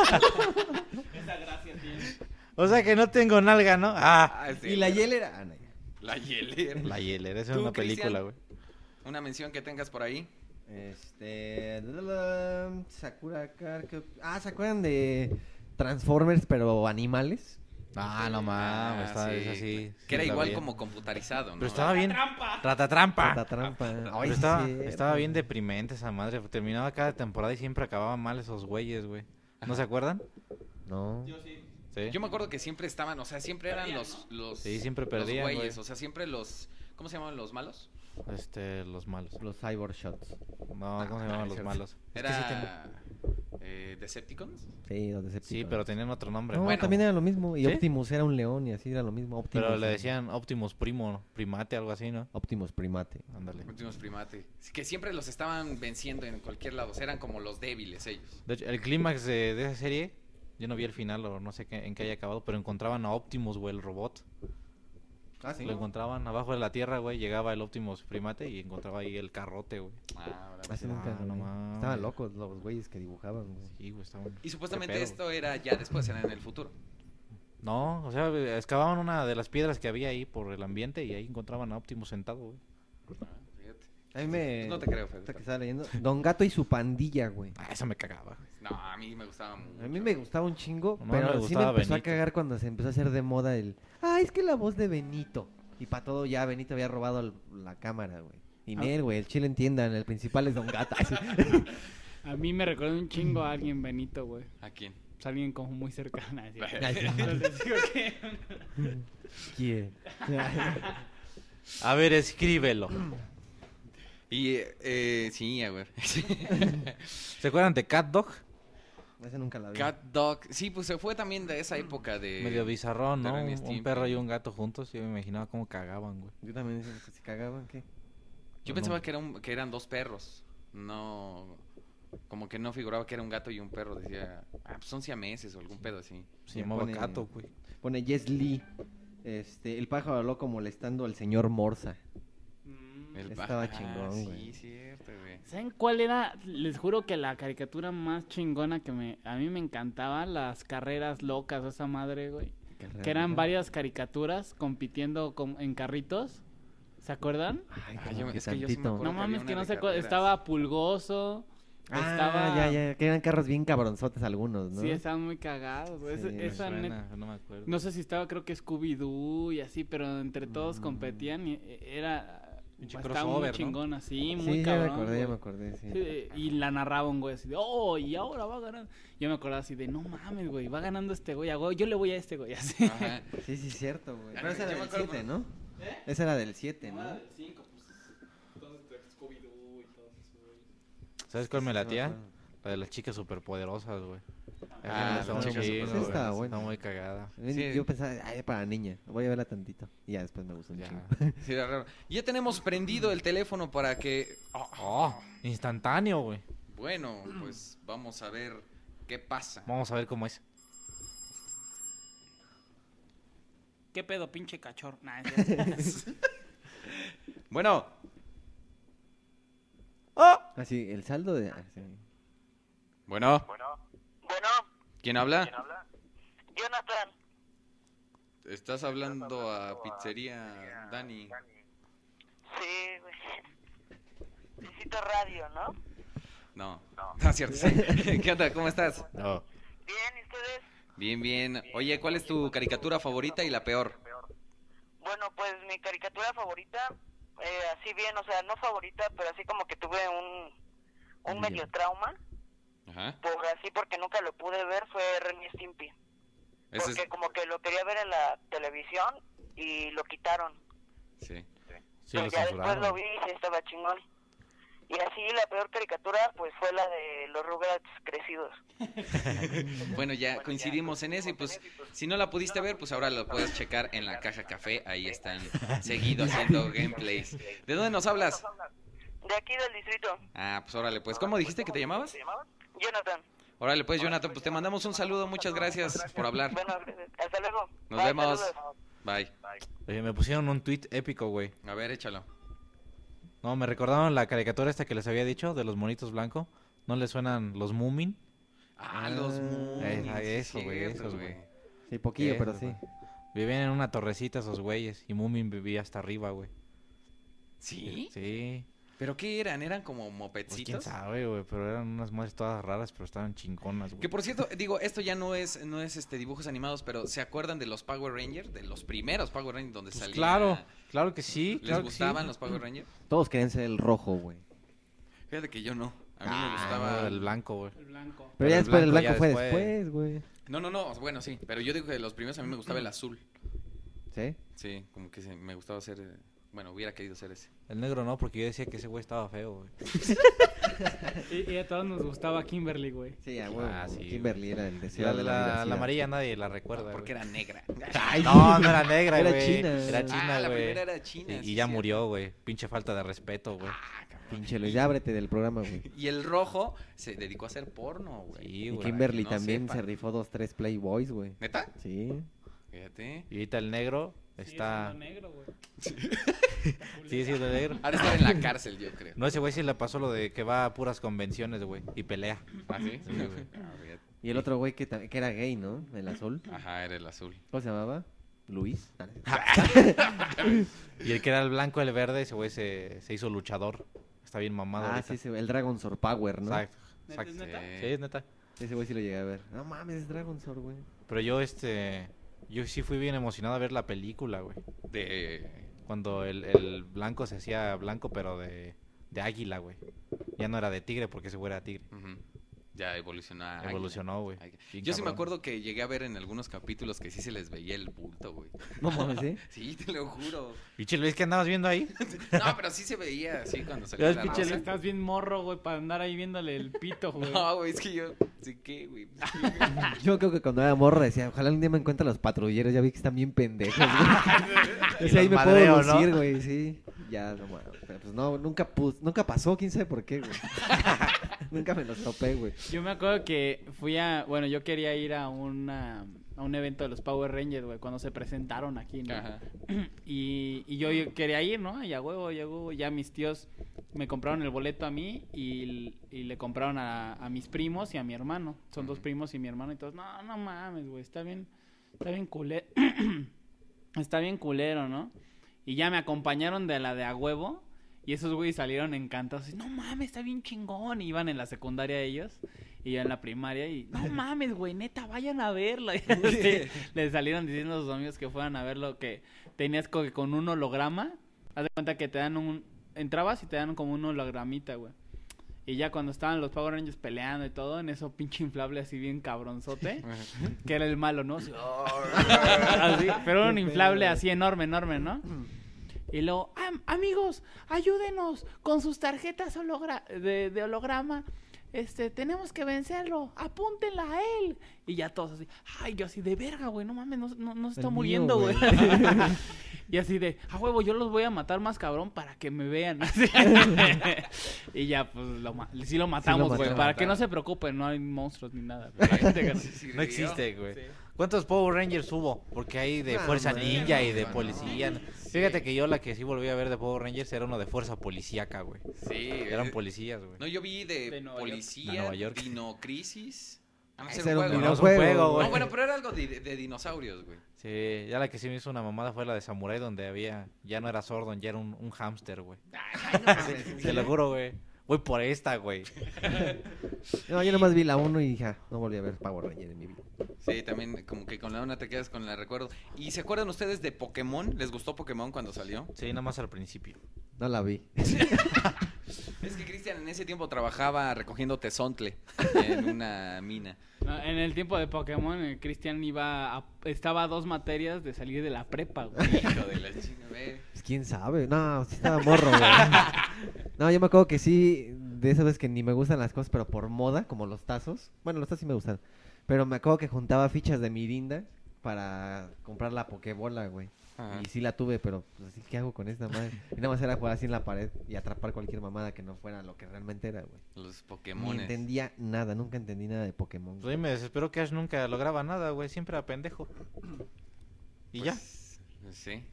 Esa gracia tiene. O sea que no tengo nalga, ¿no? Ah, Ah, sí, Y la pero- hielera. Ah, no, ya. La hielera. la Yeller, esa es ¿Tú, una película, Cristian? güey. Una mención que tengas por ahí. Este. Sakura Card. que- Ah, ¿se acuerdan de Transformers, pero animales. Ah, no mames, Ah, está sí, es así. Que era sí, igual bien. como computarizado, ¿no? Pero estaba bien. Ratatrampa. Rata trampa. Ay, Pero sí, estaba, cierto. estaba bien deprimente esa madre. Terminaba cada temporada y siempre acababan mal esos güeyes, güey. ¿No se acuerdan? No. Sí. Yo me acuerdo que siempre estaban, o sea, siempre eran los, los Sí, siempre los perdían, güeyes, güey. o sea, siempre los, ¿cómo se llaman los malos? Este, los malos. Los Cyborg Shots. No, ¿cómo se llamaban los malos? Es que sí, ten- Era eh, Decepticons. Sí, los Decepticons. sí, pero tenían otro nombre. No, Bueno, también era lo mismo. Y ¿Sí? Optimus era un león y así era lo mismo. Optimus, pero le ¿no? decían Optimus Primo, Primate, algo así, ¿no? Optimus Primate. Ándale. Últimos primate. Que siempre los estaban venciendo en cualquier lado. O sea, eran como los débiles ellos. De hecho, el clímax de, de esa serie, yo no vi el final o no sé qué, en qué haya acabado, pero encontraban a Optimus, güey, el robot. Ah, sí. Lo encontraban abajo de la tierra, güey, llegaba el Optimus Primate y encontraba ahí el carrote, güey. Ah, ahora Así sí. nunca Ah, no lo vi. mames. Estaban locos los güeyes que dibujaban. güey. Sí, güey, estaban... Y supuestamente ¿Qué pedo, esto era ya después, era en el futuro. No, o sea, excavaban una de las piedras que había ahí por el ambiente y ahí encontraban a Optimus sentado, güey. Ah, fíjate. A mí me... Pues no te creo, Fede. ahorita que estaba leyendo. Don Gato y su pandilla, güey. Ah, eso me cagaba, güey. No, a mí me gustaba mucho. A mí me gustaba un chingo, No, pero me sí me gustaba empezó Benito. a cagar cuando se empezó a hacer de moda el... Ah, es que la voz de Benito. Y para todo ya Benito había robado el- la cámara, güey. Y Nel, güey, el chile entiendan, el principal es Don Gato. así. A mí me recuerda un chingo a alguien Benito, güey. ¿A quién? Es alguien como muy cercana. así. Ay, sí. Entonces digo que... ¿Quién? A ver, escríbelo. Y, eh, eh, sí, güey. ¿Se acuerdan de Cat Dog? Ese nunca la vi. Cat Dog. Sí, pues se fue también de esa época de... Medio bizarrón, ¿no? de Ren y Un, Stimpy. un perro y un gato juntos. Yo me imaginaba cómo cagaban, güey. Yo también dicen que se cagaban, ¿qué? Yo No, pensaba no. que, era un- que eran dos perros. No... Como que no figuraba que era un gato y un perro. Decía, ah, pues son siameses o algún pedo así. Se llamaba pone- Cato, güey. Pone Jess Lee. Este, el pájaro loco molestando al señor Morsa. Mm. El Estaba ah, chingón, sí, güey. cierto, güey. ¿Saben cuál era? Les juro que la caricatura más chingona que me a mí me encantaba, las carreras locas, esa madre, güey. Que eran varias caricaturas compitiendo con- en carritos. ¿Se acuerdan? Ay, Ah, como yo- que es que yo sí me tantito. acuerdo. No que había mames, una que no de se acuerdan. carreras. Estaba Pulgoso. Ah, estaba... ya, ya, que eran carros bien cabronzotes algunos, ¿no? Sí, estaban muy cagados. güey. Ese- Sí, Me esa net- suena, no me acuerdo. No sé si estaba, creo que Scooby-Doo y así, pero entre todos Mm. competían y eh, era... Pinche Estaba muy crossover, ¿no? chingona, sí, Sí, muy ya cabrón. me acordé, ya güey. me acordé, sí. Sí, y la narraba un güey así de, oh, y ahora va ganando. Yo me acordaba así de, no mames, güey, va ganando este güey, a güey, yo le voy a este güey, así. Ajá. Sí, sí, cierto, güey. Ah, Pero esa yo era me del acuerdo siete, cuando- ¿no? Esa era del siete, ¿no? cinco, pues, entonces Scooby-Doo y todo eso, ¿Sabes cuál me Sí, sí, latía? acuerdo. La de las chicas superpoderosas, güey. Ah, Esa las está muy chicas chida, superpoderosas. güey. Está buena. Está muy cagada. Sí. Yo pensaba, ay, para niña, voy a verla tantito. Y ya después me gustó un Ya. chingo. Sí, era raro. Ya tenemos prendido el teléfono para que... Oh, Oh, instantáneo, güey. bueno, pues vamos a ver qué pasa. Vamos a ver cómo es. ¿Qué pedo, pinche cachorro? Nah, es cierto. Bueno, Así, el saldo de... ah, sí. bueno, Bueno, ¿quién habla? ¿quién habla? Jonathan. Estás hablando a Pizzería Dani. Sí, güey. Necesito radio, ¿no? No, no es cierto. Sí. ¿Qué onda? ¿Cómo estás? No. Bien, ¿y ustedes? Bien, bien. Oye, ¿cuál es tu caricatura favorita y la peor? Bueno, pues mi caricatura favorita, eh, así bien, o sea, no favorita, pero así como que tuve un, un medio trauma, Ajá. por así porque nunca lo pude ver, fue Ren y Stimpy. Ese Porque es... como que lo quería ver en la televisión y lo quitaron. Sí. Sí, Pero lo ya después lo censuraron. vi y sí estaba chingón. Y así la peor caricatura pues fue la de los Rugrats crecidos. Bueno, ya coincidimos en eso y pues si no la pudiste ver, pues ahora lo puedes checar en la Caja Café. Ahí están seguido haciendo gameplays. ¿De dónde nos hablas? De aquí del distrito. Ah, pues órale, pues. ¿Cómo dijiste que te llamabas? Jonathan. Órale, pues, Jonathan, pues te mandamos un saludo. Muchas gracias por hablar. Bueno, hasta luego. Nos Bye, vemos. saludos. Bye. Oye, me pusieron un tweet épico, güey. A ver, échalo. No, me recordaron la caricatura esta que les había dicho de los monitos blancos. ¿No les suenan los Moomin? Ah, los Moonies, Eh, ah, sí, eso, güey, cierto, esos, güey. Sí, poquillo, Eso, pero sí. güey. Vivían en una torrecita esos güeyes y Moomin vivía hasta arriba, güey. ¿Sí? Sí. ¿Pero qué eran? ¿Eran como Pues quién mopedcitos? sabe, güey, pero eran unas madres todas raras, pero estaban chingonas, güey. Que por cierto, digo, esto ya no es no es este dibujos animados, pero ¿se acuerdan de los Power Rangers? De los primeros Power Rangers donde Pues salía... claro, claro que sí, ¿Les claro que gustaban sí. los Power Rangers? Todos querían ser el rojo, güey. Fíjate que yo no. A mí Ah, me gustaba... no, el blanco, güey. El blanco. Pero, Pero ya el después, el blanco blanco ya fue después. después, güey. No, no, no, bueno, sí, pero yo digo que de los primeros a mí me gustaba el azul. ¿Sí? Sí, como que se- me gustaba ser... eh, Bueno, hubiera querido ser ese. El negro no, porque yo decía que ese güey estaba feo, güey. Y, y a todos nos gustaba Kimberly, güey. Sí, a huevo. Ah, sí, Kimberly era el Sí, deseo la, de la, la diversidad. amarilla nadie la recuerda, Porque güey. era negra. Ay, No, no era negra, Era güey. china. Era Ah, china, la güey. primera era china. Y, sí, y ya cierto. murió, güey. Pinche falta de respeto, güey. Pinche Luis, ya ábrete del programa, güey. Y el rojo se dedicó a hacer porno, güey. Sí, Y güey. Kimberly no también sepa. se rifó dos, tres Playboys, güey. ¿Neta? Sí. Fíjate. Y ahorita el negro Sigue está... siendo negro, güey. Sí, sí, el negro. Ha de estar en la cárcel, yo creo. No, ese güey sí le pasó lo de que va a puras convenciones, güey. Y pelea. ¿Ah, sí? Sí, güey. Ah, fíjate. Y el otro güey que, ta- que era gay, ¿no? El azul. Ajá, era el azul. ¿Cómo se llamaba? Luis. Y el que era el blanco, el verde, ese güey se, se hizo luchador. Está bien mamado Ah, ahorita. sí, sí, el Dragon Sword Power, ¿no? Exacto. ¿Neta, exacto. es neta? Sí, es neta. Ese güey sí lo llegué a ver. No mames, es Dragon Sword, güey. Pero yo, este... Yo sí fui bien emocionado a ver la película, güey. De... Cuando el, el blanco se hacía blanco, pero de, de águila, güey. Ya no era de tigre, porque ese güey era tigre. Ujú. Ya evolucionó. a águila. Evolucionó, güey. Águila. Bien Yo sí me cabrón. acuerdo que llegué a ver en algunos capítulos que sí se les veía el bulto, güey. No mames, ¿sí? Sí, te lo juro. Pinche Luis, ¿qué andabas viendo ahí? No, pero sí se veía así cuando Ya salía ves, la pinche raza. Estás bien morro, güey, para andar ahí viéndole el pito, güey. No, güey, es que yo... Sí, ¿qué, güey? Yo creo que cuando era morro decía, ojalá un día me encuentre los patrulleros, ya vi que están bien pendejos, güey. Y Ese ahí los me madreo, puedo ¿no? lucir, güey, sí. Ya, no mames. Pero pues no, nunca pus- nunca pasó, quién sabe por qué, güey. Nunca me los topé, güey. Yo me acuerdo que fui a... Bueno, yo quería ir a una... A un evento de los Power Rangers, güey, cuando se presentaron aquí, ¿no? Ajá. Y, y yo, yo quería ir, ¿no? Y a huevo, ya huevo, ya mis tíos me compraron el boleto a mí y, y le compraron a, a mis primos y a mi hermano. Son dos Ujú. primos y mi hermano y todos, no, no mames, güey, está bien, está bien culero, está bien culero, ¿no? Y ya me acompañaron de la de a huevo y esos güeyes salieron encantados, y, no mames, está bien chingón, y iban en la secundaria ellos. Y yo en la primaria y, no mames, güey, neta, vayan a verlo. Y así, les salieron diciendo a sus amigos que fueran a verlo, que tenías co- que con un holograma, haz de cuenta que te dan un, entrabas y te dan como un hologramita, güey. Y ya cuando estaban los Power Rangers peleando y todo, en eso pinche inflable así bien cabronzote, que era el malo, ¿no? Así, así, pero era un Qué inflable pedo. así enorme, enorme, ¿no? Y luego, "Am- amigos, ayúdenos con sus tarjetas hologra- de, de holograma. Este, tenemos que vencerlo, apúntenla a él." Y ya todos así, ay, yo así de verga, güey, no mames, no, no, no se está El mío, muriendo, güey. güey. Y así de, a huevo, yo los voy a matar más cabrón para que me vean. Así. Y ya, pues, lo ma- sí lo matamos, güey, mataron. para que no se preocupen, no hay monstruos ni nada. güey. No existe, güey. ¿Cuántos Power Rangers hubo? Porque hay de No, Fuerza man. Ninja y de No, Policía. no. Fíjate que yo la que sí volví a ver de Power Rangers era uno de Fuerza Policíaca, güey. Sí. Eran eh, policías, güey. No, yo vi de, De Nueva York. Policía, De Nueva York. Dinocrisis. Ah, no, Ese ese era un juego, ¿no? No, es un juego, videojuego, güey. No, bueno, pero era algo de, de dinosaurios, güey. Sí, ya la que sí me hizo una mamada fue la de Samurai, donde había, ya no era Sordon, ya era un, un hámster, güey. Te lo juro, güey. Voy por esta, güey. No, yo nomás vi la uno y dije, ah, no volví a ver Power Ranger en mi vida. Sí, también como que con la una te quedas con la recuerdo. ¿Y se acuerdan ustedes de Pokémon? ¿Les gustó Pokémon cuando salió? Sí, nada más al principio. No la vi. Es que Cristian en ese tiempo trabajaba recogiendo tesontle en una mina. No, en el tiempo de Pokémon, el Cristian iba a- estaba a dos materias de salir de la prepa, güey. Hijo de la chinga, ve. Pues, ¿quién sabe? No, sí estaba morro, güey. No, yo me acuerdo que sí, de esas veces que ni me gustan las cosas, pero por moda, como los tazos. Bueno, los tazos sí me gustan. Pero me acuerdo que juntaba fichas de Mirinda para comprar la Pokébola, güey. Ajá. Y sí la tuve, pero pues así, ¿qué hago con esta madre? Y nada más era jugar así en la pared y atrapar cualquier mamada que no fuera lo que realmente era, güey. Los Ni Pokémones. entendía nada, nunca entendí nada de Pokémon. Pues a mí me desesperó que Ash nunca lograba nada, güey. Siempre era pendejo. Y ya. Pues, sí.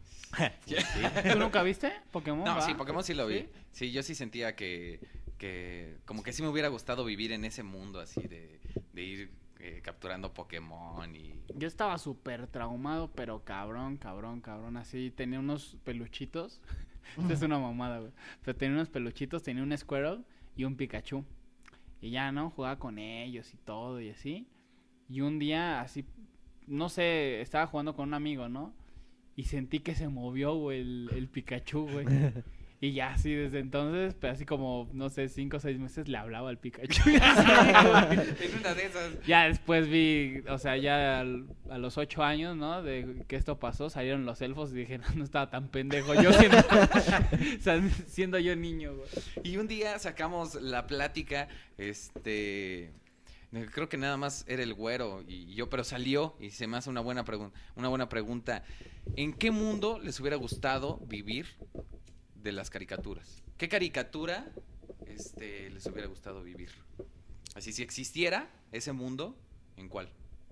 ¿Tú nunca viste Pokémon? No, va? sí, Pokémon sí lo vi. ¿Sí? Sí, yo sí sentía que, que como que sí me hubiera gustado vivir en ese mundo así de, de ir eh, capturando Pokémon y... Yo estaba súper traumado, pero cabrón, cabrón, cabrón. Así tenía unos peluchitos Esta es una mamada, güey. Pero tenía unos peluchitos, tenía un Squirrel y un Pikachu. Y ya, ¿no? Jugaba con ellos y todo y así. Y un día, así, no sé, estaba jugando con un amigo, ¿no? Y sentí que se movió, güey, el, el Pikachu, güey. Y ya, así, desde entonces, pues así como, no sé, cinco o seis meses le hablaba al Pikachu. En una de esas. Ya después vi, o sea, ya al- a los ocho años, ¿no? De que esto pasó, salieron los elfos y dije, no, no estaba tan pendejo yo siendo, o sea, siendo yo niño, güey. Y un día sacamos la plática, este... Creo que nada más era el güero y yo, pero salió y se me hace una buena pregunta. Una buena pregunta. ¿En qué mundo les hubiera gustado vivir de las caricaturas? ¿Qué caricatura este, les hubiera gustado vivir? Así, si existiera ese mundo, ¿en cuál?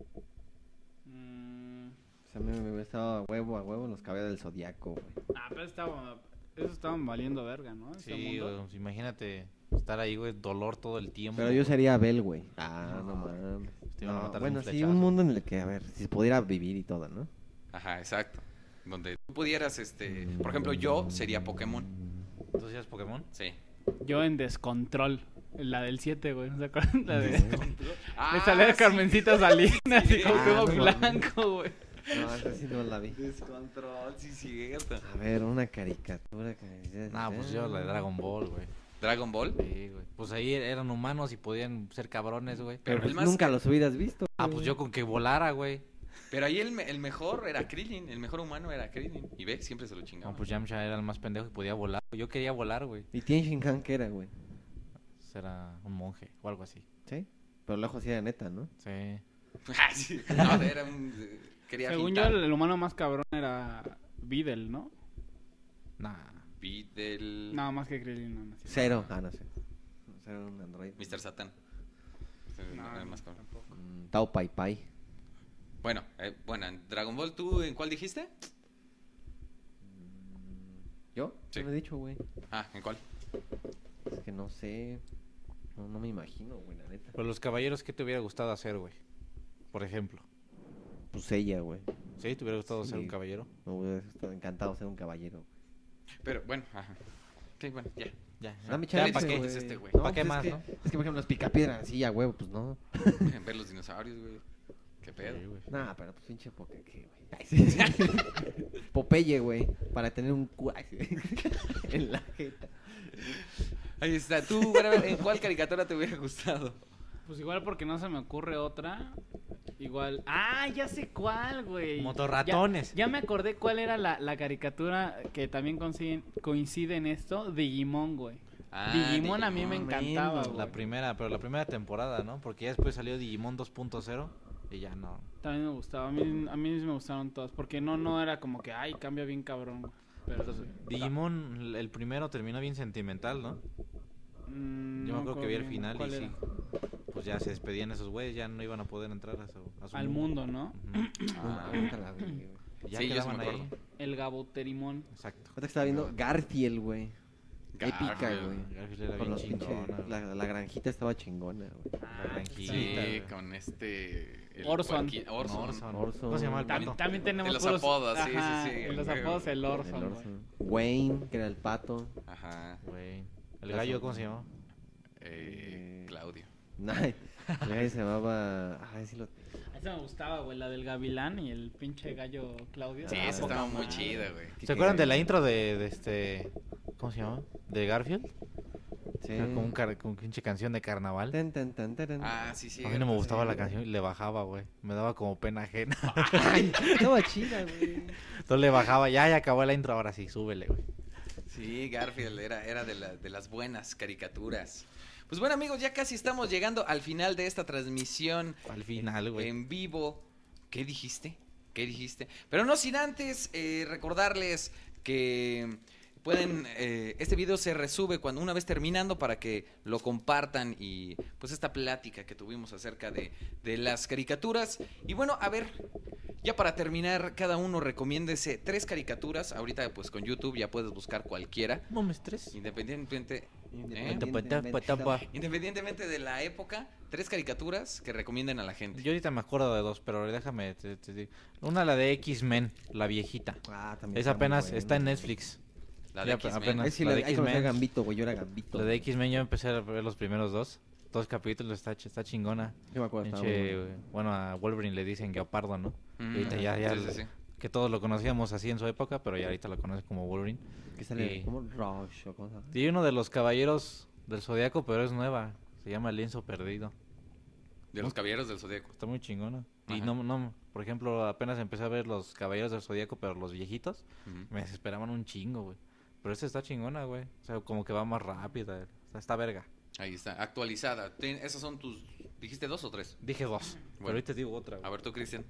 Mm, O sea, a mí me hubiera estado a huevo, a huevo los caballeros del Zodiaco, güey. ah, pero estaba, esos estaban valiendo verga, ¿no? Ese Sí, mundo. güey, pues imagínate estar ahí, güey, dolor todo el tiempo. Pero yo güey. sería Abel, güey. Ah, no, mames. Te iban a No, matar de bueno, un sí, flechazo. un mundo en el que, a ver, si pudiera vivir y todo, ¿no? Ajá, exacto. Donde tú pudieras, este... Por ejemplo, yo sería Pokémon. ¿Tú seas Pokémon? Sí. Yo en Descontrol, la del siete, güey, ¿no se acuerdan? La de... Le Ah, salía sí. Carmencita Salinas y con Ah, huevo no blanco, güey. No, esa sí no la vi. Descontrol, sí, cierto. A ver, una caricatura que... No, pues yo la de Dragon Ball, güey. ¿Dragon Ball? Sí, güey. Pues ahí eran humanos y podían ser cabrones, güey. Pero Pero pues el más- nunca los hubieras visto. Ah, güey. pues yo con que volara, güey. Pero ahí el, me- el mejor era Krillin, el mejor humano era Krillin. Y ve, siempre se lo chingaba. No, pues Yamcha era el más pendejo y podía volar. Yo quería volar, güey. ¿Y Tien Shin Han qué era, güey? Era un monje o algo así. ¿Sí? Pero lejos sí era neta, ¿no? Sí. Ah, sí. No, era un... eh, Quería Según fintar. yo, el, el humano más cabrón era Videl, ¿no? Nah. Beedle, Nada más que Krillin, no, no sé. Cero. Ah, no sé. Cero un android. mister Satan. Eh, No, era más no, cabrón. tampoco. Mm, Tao Pai Pai. Bueno, eh, bueno, en Dragon Ball, ¿tú en cuál dijiste? ¿Yo? Sí. No lo he dicho, güey. Ah, ¿en cuál? Es que no sé. No, no me imagino, güey, la neta. Pero los caballeros, ¿qué te hubiera gustado hacer, güey? Por ejemplo. Pues ella, güey. ¿Sí? ¿Te hubiera gustado ser Sí. un caballero? Me hubiera estado encantado ser un caballero, güey. Pero bueno, ajá. Sí, bueno, ya. Ya. Dame Ya, chance, ¿pa' qué? güey. Es este, güey. No, ¿Pa' qué pues más, es que, no? Es que, por ejemplo, los picapiedras así, ya, huevo, pues no. Ver los dinosaurios, güey. ¿Qué pedo? Sí, güey. Nah, pero pues pinche poke, ¿qué, güey? Ay, sí. Popeye, güey. Para tener un cu... ay, sí. En la jeta. Ahí está. ¿Tú, güey, en cuál caricatura te hubiera gustado? Pues igual porque no se me ocurre otra. Igual. Ah, ya sé cuál, güey. Motorratones. Ya, ya me acordé cuál era la, la caricatura que también coincide, coincide en esto. Digimon, güey. Ah, Digimon a mí me Digimon. encantaba, Menos, güey. La primera, pero la primera temporada, ¿no? Porque ya después salió Digimon dos punto cero y ya no. También me gustaba. A mí, a mí sí me gustaron todas. Porque no, no era como que, ay, cambia bien cabrón, güey. Pero sí. Digimon, el primero terminó bien sentimental, ¿no? Mm, Yo me no acuerdo que vi bien el final cuál y era. sí. Pues ya se despedían esos güeyes, ya no iban a poder entrar a su, a su Al mundo, ¿no? Ujú. Ah, No, nunca la vi, güey. Ya Sí, yo sí quedaban me ahí. acuerdo. El Gaboterimon. Exacto. Ahorita que estaba viendo Garfield, güey. Épica, Garfield. güey. Garfield era Con bien los pinches... chingona, güey. La, la granjita estaba chingona, güey. La granjita, Sí, güey. con este... el Orson. puerqui- Orson. Orson. Orson. ¿Cómo se llama el También, pato? también tenemos De los puros- apodos, sí, sí, ajá, sí, en los güey. apodos el El Orson, güey. Orson. Wayne, que era el pato. Ajá. Güey. ¿El gallo cómo se llama? Eh, Eh, Claudio. Ay, el gallo se llamaba... Ay, sí lo... Esa me gustaba, güey, la del gavilán y el pinche gallo Claudio. Sí, Ah, esa poca estaba muy madre. chida, güey. ¿Se acuerdan de la intro de, de este... ¿Cómo se llama? ¿De Garfield? Sí. Era como un car- como pinche canción de carnaval. Tan, tan, tan, taran. Ah, sí, sí. A mí no me gustaba la canción y le bajaba, güey. Me daba como pena ajena. Ay, estaba chida, güey. Entonces le bajaba, ya, ya acabó la intro, ahora sí, súbele, güey. Sí, Garfield era, era de, la- de las buenas caricaturas. Pues bueno, amigos, ya casi estamos llegando al final de esta transmisión Al final, güey. en vivo. ¿Qué dijiste? ¿Qué dijiste? Pero no sin antes eh, recordarles que pueden, eh, este video se resube cuando una vez terminando para que lo compartan y pues esta plática que tuvimos acerca de, de las caricaturas. Y bueno, a ver, ya para terminar, cada uno recomiéndese tres caricaturas. Ahorita pues con YouTube ya puedes buscar cualquiera, Mames, tres. independientemente, Independientemente. independientemente de la época, tres caricaturas que recomienden a la gente. Yo ahorita me acuerdo de dos, pero déjame, te, te digo. Una, la de X-Men, la viejita. Ah, también Esa está muy apenas buena, está en güey. Netflix. La de Ya, X-Men. apenas. Es si la la de de X-Men. X-Men. Gambito, güey, yo era Gambito. La de X-Men yo empecé a ver los primeros dos. Dos capítulos, está, ch- está chingona. Yo me acuerdo, estaba Pinche, muy bueno. bueno, a Wolverine le dicen Guepardo, ¿no? Mm, Y ahorita ya, ya, sí, sí, sí. que todos lo conocíamos así en su época, pero ya ahorita lo conocen como Wolverine. Que sale Y- como Rush o cosas. Y uno de los caballeros del Zodiaco, pero es nueva. Se llama Lienzo Perdido. De los Caballeros del Zodíaco. Está muy chingona. Y Ajá. no, no, por ejemplo, apenas empecé a ver los Caballeros del Zodiaco, pero los viejitos, Ujú. me desesperaban un chingo, güey. Pero esta está chingona, güey. O sea, como que va más rápida. Está, está verga. Ahí está, actualizada. Ten- esas son tus... ¿Dijiste dos o tres? Dije dos. Pero Bueno. ahorita digo otra, A güey. ver tú, Cristian.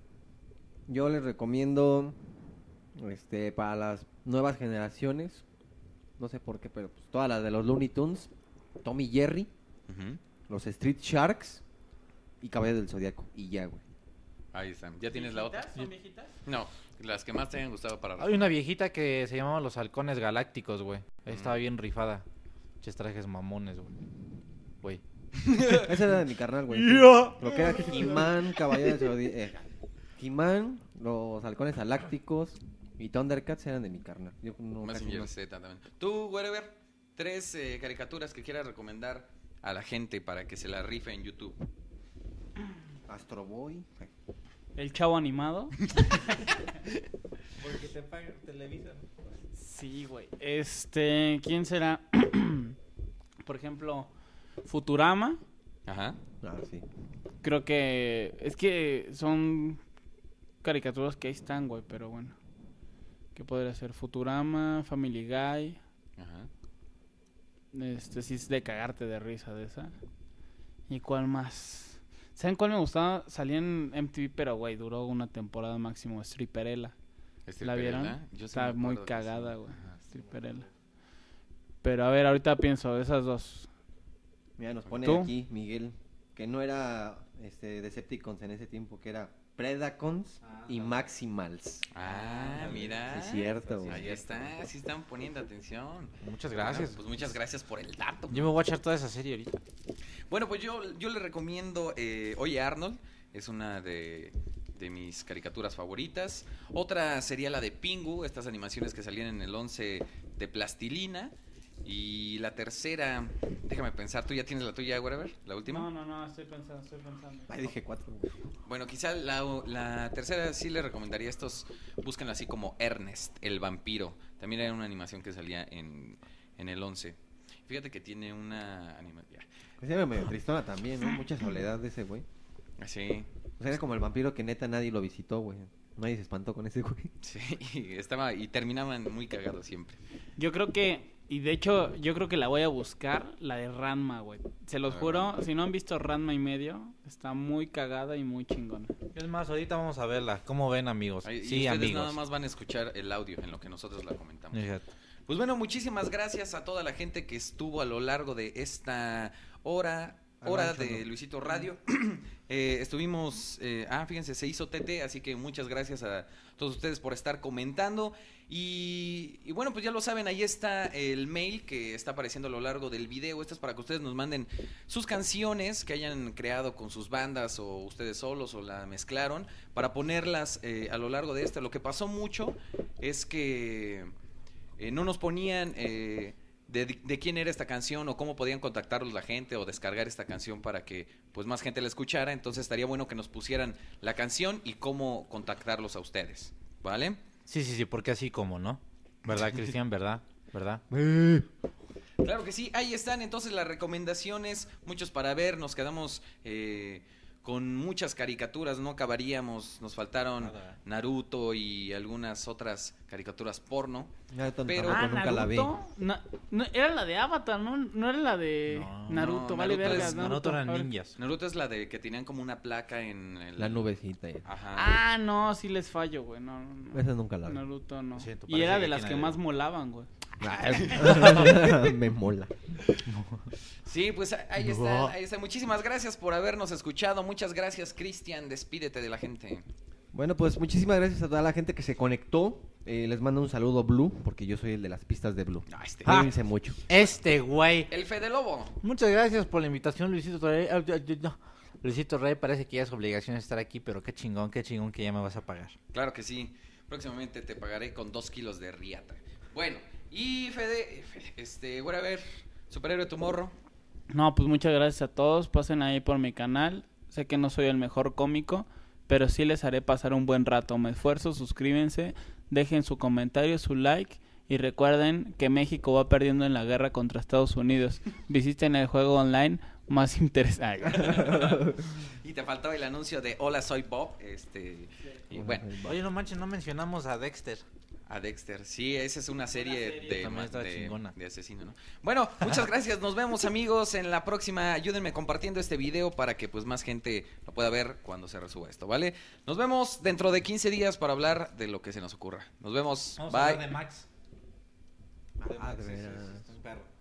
Yo les recomiendo, este, para las nuevas generaciones, no sé por qué, pero pues, todas las de los Looney Tunes, Tom y Jerry, Ujú. los Street Sharks y Caballeros del Zodiaco. Y ya, güey. Ahí están. ¿Ya tienes la otra? ¿Son viejitas? No, las que más te hayan gustado para... Hay una viejita que se llamaba Los Halcones Galácticos, güey. Ahí Mm. estaba bien rifada. Ches trajes mamones, güey. Güey. Esa era de mi carnal, güey. Ya. Lo que era He-Man, Caballeros del Zodiaco. Eh, He-Man, los Halcones Galácticos y Thundercats eran de mi carnal. Yo no, casi Messenger no. Z también. Tú, Wherever, tres eh, caricaturas que quieras recomendar a la gente para que se la rife en YouTube. Astro Boy. El Chavo Animado. Porque te pagan Televisa. Sí, güey. Este, ¿quién será? Por ejemplo, Futurama. Ajá. Ah, sí. Creo que es que son caricaturas que ahí están, güey, pero bueno. ¿Qué podría ser? Futurama, Family Guy. Ajá. Este sí es de cagarte de risa de esa. ¿Y cuál más? ¿Saben cuál me gustaba? Salía en M T V, pero güey, duró una temporada máximo. Stripperella. ¿La vieron? Stripperella, yo sí Está me muy acuerdo que sí. cagada, güey. Ajá, sí. Stripperella. Pero a ver, ahorita pienso, de esas dos. Mira, nos pone ¿Tú? aquí Miguel que no era este Decepticons en ese tiempo, que era Predacons y Maximals. Ah, mira. Sí, cierto, güey. Ahí está, sí están poniendo atención. Muchas gracias. Ah, pues muchas gracias por el dato. Yo me voy a echar toda esa serie ahorita. Bueno, pues yo, yo le recomiendo eh, Oye Arnold, es una de, de mis caricaturas favoritas. Otra sería la de Pingu, estas animaciones que salían en el once de plastilina. Y la tercera, déjame pensar, ¿tú ya tienes la tuya, whatever? ¿La última? No, no, no, estoy pensando, estoy pensando. Ahí dije cuatro. güey. Bueno, quizá la, la tercera sí le recomendaría estos, búsquenlo así como Ernest, el vampiro. También era una animación que salía en, en el once. Fíjate que tiene una animación... Ese era medio tristona también, ¿no? Mucha soledad de ese güey. Sí, O sea, era como el vampiro que neta nadie lo visitó, güey. Nadie se espantó con ese güey. sí, y, estaba, y terminaban muy cagados siempre. Yo creo que, y de hecho, yo creo que la voy a buscar, la de Ranma, güey. Se los Ah, juro, Ranma. si no han visto Ranma y medio, está muy cagada y muy chingona. Es más, ahorita vamos a verla. ¿Cómo ven, amigos? Ahí- y Sí, ustedes amigos. nada más van a escuchar el audio en lo que nosotros la comentamos. Fíjate. Pues bueno, muchísimas gracias a toda la gente que estuvo a lo largo de esta hora, hora Arrancho, de ¿no? Luisito Radio. Eh, estuvimos, eh, ah, fíjense, se hizo T T, así que muchas gracias a todos ustedes por estar comentando. Y, y bueno, pues ya lo saben, ahí está el mail que está apareciendo a lo largo del video. Esto es para que ustedes nos manden sus canciones que hayan creado con sus bandas o ustedes solos o la mezclaron para ponerlas eh, a lo largo de esto. Lo que pasó mucho es que eh, no nos ponían eh, de, de quién era esta canción o cómo podían contactarlos la gente o descargar esta canción para que pues más gente la escuchara. Entonces estaría bueno que nos pusieran la canción y cómo contactarlos a ustedes, ¿vale? Sí, sí, sí, porque así como, ¿no? ¿Verdad, Cristian? ¿Verdad? ¿Verdad? Claro que sí, ahí están entonces las recomendaciones, muchos para ver, nos quedamos eh, con muchas caricaturas, no acabaríamos, nos faltaron Nada. Naruto y algunas otras caricaturas porno. Ya tampoco Pero- Ah, nunca la vi. Naruto. Na- no, era la de Avatar, ¿no? No era la de No, Naruto, no, vale Naruto vergas. es- Naruto eran A ver. ninjas. Naruto es la de que tenían como una placa en el... La nubecita. ya. Ajá. Ah, no, sí les fallo, güey. No, no, no. Esa nunca la vi. Naruto no. Lo siento, Y parece era que de las tiene que de- más molaban, güey. Me mola. Sí, pues ahí está, ahí está. Muchísimas gracias por habernos escuchado. Muchas gracias, Cristian. Despídete de la gente. Bueno, pues muchísimas gracias a toda la gente que se conectó. Eh, les mando un saludo Blue, porque yo soy el de las pistas de Blue. Ah, este. Cuídense mucho. Este güey. El Fede Lobo. Muchas gracias por la invitación, Luisito Rey. Ah, ya, ya, ya. Luisito Rey, parece que ya es obligación estar aquí, pero qué chingón, qué chingón que ya me vas a pagar. Claro que sí. Próximamente te pagaré con dos kilos de riata. Bueno, Y Fede, este, voy a ver, Superhéroe tu morro. No, pues muchas gracias a todos. Pasen ahí por mi canal. Sé que no soy el mejor cómico, pero sí les haré pasar un buen rato. Me esfuerzo, suscríbanse, dejen su comentario, su like. Y recuerden que México va perdiendo en la guerra contra Estados Unidos. Visiten el juego online más interesante. Y te faltaba el anuncio de Hola, soy Bob. Este, y bueno, Oye, no manches, no mencionamos a Dexter. a Dexter. Sí, esa es una serie, serie. de, También ma- está de, chingona. de asesino, ¿no? Bueno, muchas gracias. Nos vemos, amigos, en la próxima. Ayúdenme compartiendo este video para que pues más gente lo pueda ver cuando se resuba esto, ¿vale? Nos vemos dentro de quince días para hablar de lo que se nos ocurra. Nos vemos. Vamos a Bye. hablar de Max. Ah, de Sí, sí, veras. sí, es un perro.